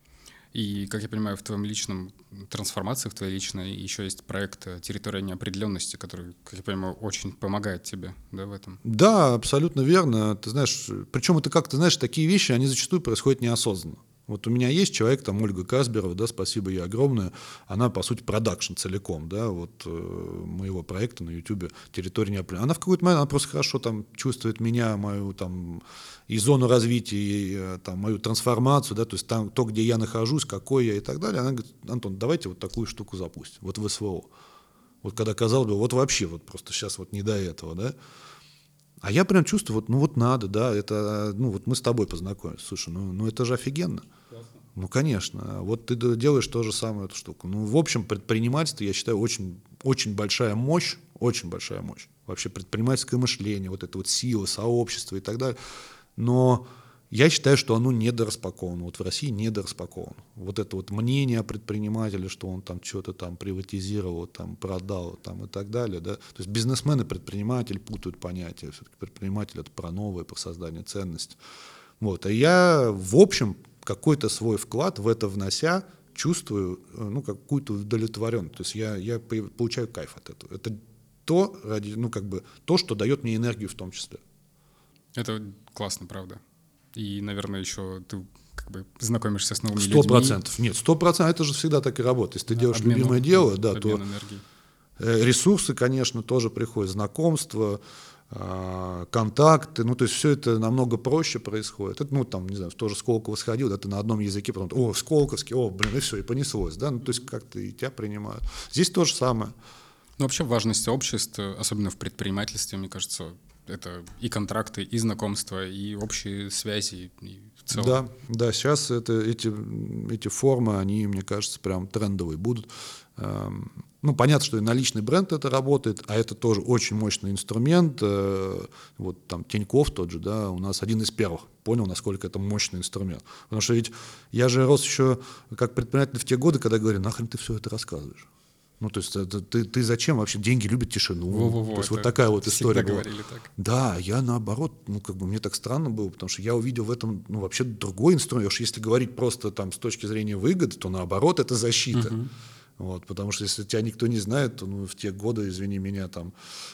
И, как я понимаю, в твоем личном трансформации, в твоей личной еще есть проект «Территория неопределенности», который, как я понимаю, очень помогает тебе, да, в этом? Да, абсолютно верно. Ты знаешь, причем это как-то, знаешь, такие вещи, они зачастую происходят неосознанно. Вот у меня есть человек, там, Ольга Касберова, да, спасибо ей огромное, она, по сути, продакшн целиком, да, вот э, моего проекта на YouTube «Территория неопределенности». Она в какой-то момент, она просто хорошо там чувствует меня, мою там и зону развития, и там мою трансформацию, да, то есть там то, где я нахожусь, какой я и так далее. Она говорит: Антон, давайте вот такую штуку запустим, вот в СВО. Вот когда, казалось бы, вот вообще вот просто сейчас вот не до этого, да. А я прям чувствую, вот, ну вот надо, да, это, ну вот мы с тобой познакомились, слушай, ну, ну это же офигенно. Классно. Ну, конечно, вот ты делаешь то же самое, эту штуку. Ну, в общем, предпринимательство, я считаю, очень очень большая мощь, очень большая мощь. Вообще предпринимательское мышление, вот это вот сила, сообщество и так далее. Но я считаю, что оно недораспаковано. Вот в России недораспаковано. Вот это вот мнение о предпринимателе, что он там что-то там приватизировал, там продал там, и так далее. Да? То есть бизнесмен и предприниматель путают понятия. Все-таки предприниматель — это про новое, про создание ценностей. Вот. А я, в общем, какой-то свой вклад в это внося, чувствую ну, какую-то удовлетворенность. То есть я, я получаю кайф от этого. Это то, ради, ну, как бы, то, что дает мне энергию в том числе. Это классно, правда. И, наверное, еще ты как бы знакомишься с новыми сто людьми. Сто процентов. Нет, сто процентов. Это же всегда так и работает. Если ты делаешь Обмен, любимое дело, да, то энергии. Ресурсы, конечно, тоже приходят, знакомства, контакты, ну, то есть все это намного проще происходит. Это, ну, там, не знаю, тоже Сколково сходил, да, ты на одном языке, потом, о, Сколковский, о, блин, и все, и понеслось, да, ну, то есть как-то и тебя принимают. Здесь то же самое. Ну, вообще важность обществ, особенно в предпринимательстве, мне кажется, это и контракты, и знакомства, и общие связи, и в целом. Да, да, сейчас это, эти, эти формы, они, мне кажется, прям трендовые будут. Ну, понятно, что и наличный бренд это работает, а это тоже очень мощный инструмент. Вот там Тинькофф тот же, да, у нас один из первых понял, насколько это мощный инструмент. Потому что ведь я же рос еще как предприниматель в те годы, когда говорю, нахрен ты все это рассказываешь? Ну, то есть это, ты, ты зачем вообще? Деньги любят тишину. Во-во-во, то есть вот такая вот история была. Так. Да, я наоборот, ну, как бы мне так странно было, потому что я увидел в этом, ну, вообще другой инструмент. Уж если говорить просто там с точки зрения выгоды, то наоборот, это защита. Uh-huh. Вот, потому что если тебя никто не знает, то ну, в те годы, извини меня, там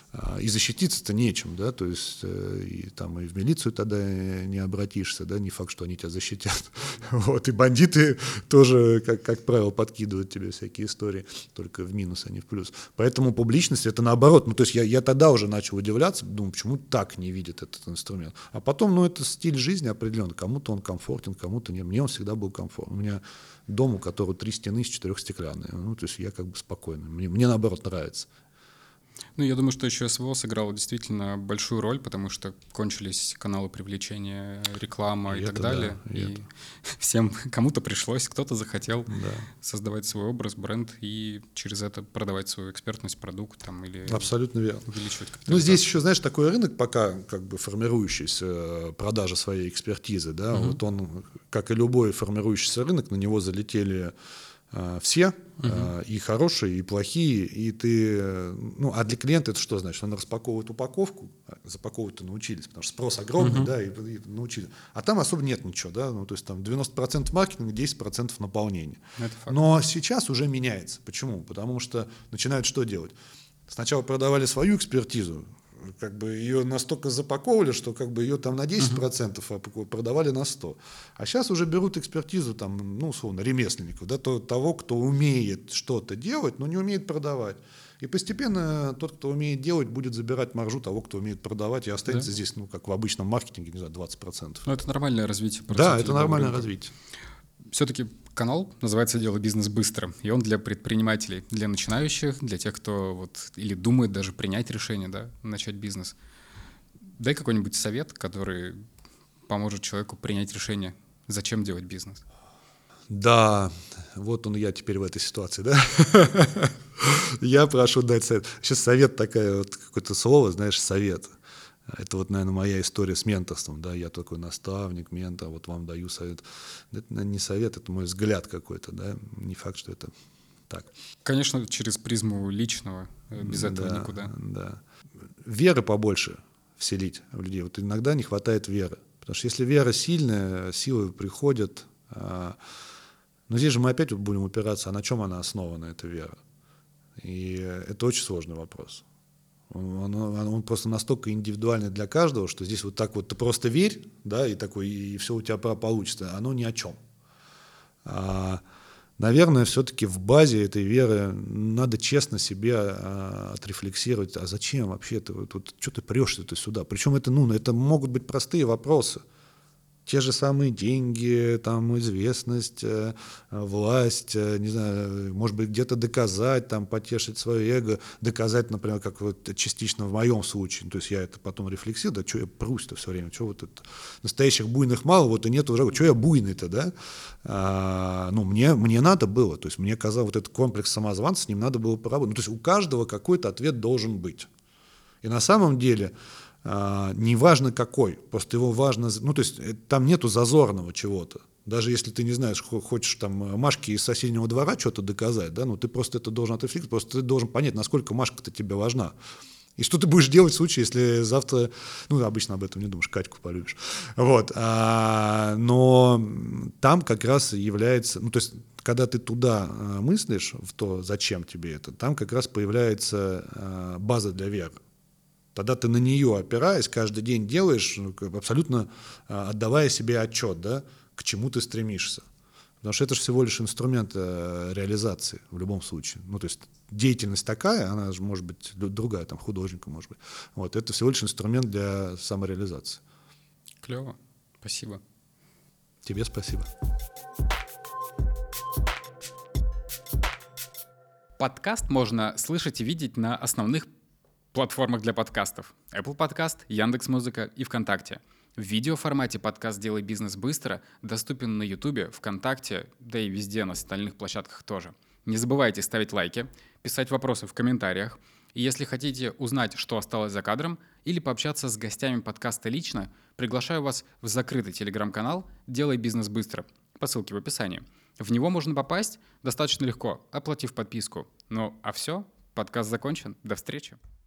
и защититься-то нечем, да, то есть и, там, и в милицию тогда не обратишься, да, не факт, что они тебя защитят. Вот, и бандиты тоже, как, как правило, подкидывают тебе всякие истории, только в минус, а не в плюс. Поэтому публичность — это наоборот. Ну, то есть я, я тогда уже начал удивляться, думаю, почему так не видят этот инструмент. А потом, ну, это стиль жизни определенный. Кому-то он комфортен, кому-то нет. Мне он всегда был комфортен. У меня дом, у которого три стены из четырех стеклянные. Ну, то есть я как бы спокойный. Мне, мне наоборот нравится. Ну, я думаю, что еще СВО сыграло действительно большую роль, потому что кончились каналы привлечения, реклама и, и так это, далее. Да, и и всем, кому-то пришлось, кто-то захотел да. создавать свой образ, бренд и через это продавать свою экспертность, продукт там, или абсолютно верно. Увеличивать капитализацию. Ну, здесь еще, знаешь, такой рынок пока как бы формирующийся, продажа своей экспертизы. Да? Uh-huh. Вот он, как и любой формирующийся рынок, на него залетели все, uh-huh. и хорошие, и плохие, и ты, ну, а для клиента это что значит? Он распаковывает упаковку, запаковывать-то научились, потому что спрос огромный, uh-huh. да, и, и научились. А там особо нет ничего, да, ну, то есть там девяносто процентов маркетинга, десять процентов наполнения. Но сейчас уже меняется. Почему? Потому что начинают что делать? Сначала продавали свою экспертизу, как бы ее настолько запаковывали, что как бы ее там на десять процентов uh-huh. продавали на сто процентов. А сейчас уже берут экспертизу, там, ну, условно, ремесленников, да, то, того, кто умеет что-то делать, но не умеет продавать. И постепенно тот, кто умеет делать, будет забирать маржу того, кто умеет продавать, и останется да? здесь, ну, как в обычном маркетинге, не знаю, двадцать процентов. Ну, это нормальное развитие. Да, это нормальное рынка. развитие. Все-таки канал называется «Делай бизнес быстро», и он для предпринимателей, для начинающих, для тех, кто вот или думает даже принять решение, да, начать бизнес. Дай какой-нибудь совет, который поможет человеку принять решение, зачем делать бизнес. Да, вот он я теперь в этой ситуации, да? Я прошу дать совет. Сейчас совет такое вот какое-то слово, знаешь, совет. Это вот, наверное, моя история с менторством, да, я такой наставник, ментор, вот вам даю совет. Это, наверное, не совет, это мой взгляд какой-то, да, не факт, что это так. Конечно, через призму личного, без этого да, никуда. Да. Веры побольше вселить в людей. Вот иногда не хватает веры, потому что если вера сильная, силы приходят, а... но здесь же мы опять будем упираться, а на чем она основана, эта вера? И это очень сложный вопрос. Он, он, он просто настолько индивидуальный для каждого, что здесь вот так вот ты просто верь, да, и такой, и все у тебя получится. Оно ни о чем. А, наверное, все-таки в базе этой веры надо честно себе а, отрефлексировать, а зачем вообще ты тут, что ты прешься ты сюда? Причем это, ну, это могут быть простые вопросы. те же самые деньги, там, известность, э, власть, э, не знаю, может быть, где-то доказать, там, потешить свое эго, доказать, например, как вот частично в моем случае, то есть я это потом рефлексирую, да, что я прусь-то все время, что вот это, настоящих буйных мало, вот и нет уже, что я буйный-то, да, а, ну, мне, мне надо было, то есть мне казалось, вот этот комплекс самозванца, с ним надо было поработать, ну, то есть у каждого какой-то ответ должен быть, и на самом деле Uh, неважно какой, просто его важно, ну то есть там нету зазорного чего-то, даже если ты не знаешь, хочешь там Машке из соседнего двора что-то доказать, да, ну ты просто это должен отрефлексировать, просто ты должен понять, насколько Машка-то тебе важна, и что ты будешь делать в случае, если завтра, ну обычно об этом не думаешь, Катьку полюбишь, вот, а, но там как раз является, ну то есть когда ты туда мыслишь, в то, зачем тебе это, там как раз появляется база для веры. Тогда ты на нее, опираясь, каждый день делаешь, абсолютно отдавая себе отчет, да, к чему ты стремишься. Потому что это же всего лишь инструмент реализации в любом случае. Ну, то есть деятельность такая, она же может быть другая, там, художника может быть. Вот, это всего лишь инструмент для самореализации. Клево. Спасибо. Тебе спасибо. Подкаст можно слышать и видеть на основных платформах для подкастов: Apple Podcast, Яндекс.Музыка и ВКонтакте. В видеоформате подкаст «Делай бизнес быстро» доступен на Ютубе, ВКонтакте, да и везде на остальных площадках тоже. Не забывайте ставить лайки, писать вопросы в комментариях. И если хотите узнать, что осталось за кадром, или пообщаться с гостями подкаста лично, приглашаю вас в закрытый телеграм-канал «Делай бизнес быстро» по ссылке в описании. В него можно попасть достаточно легко, оплатив подписку. Ну а все, подкаст закончен. До встречи.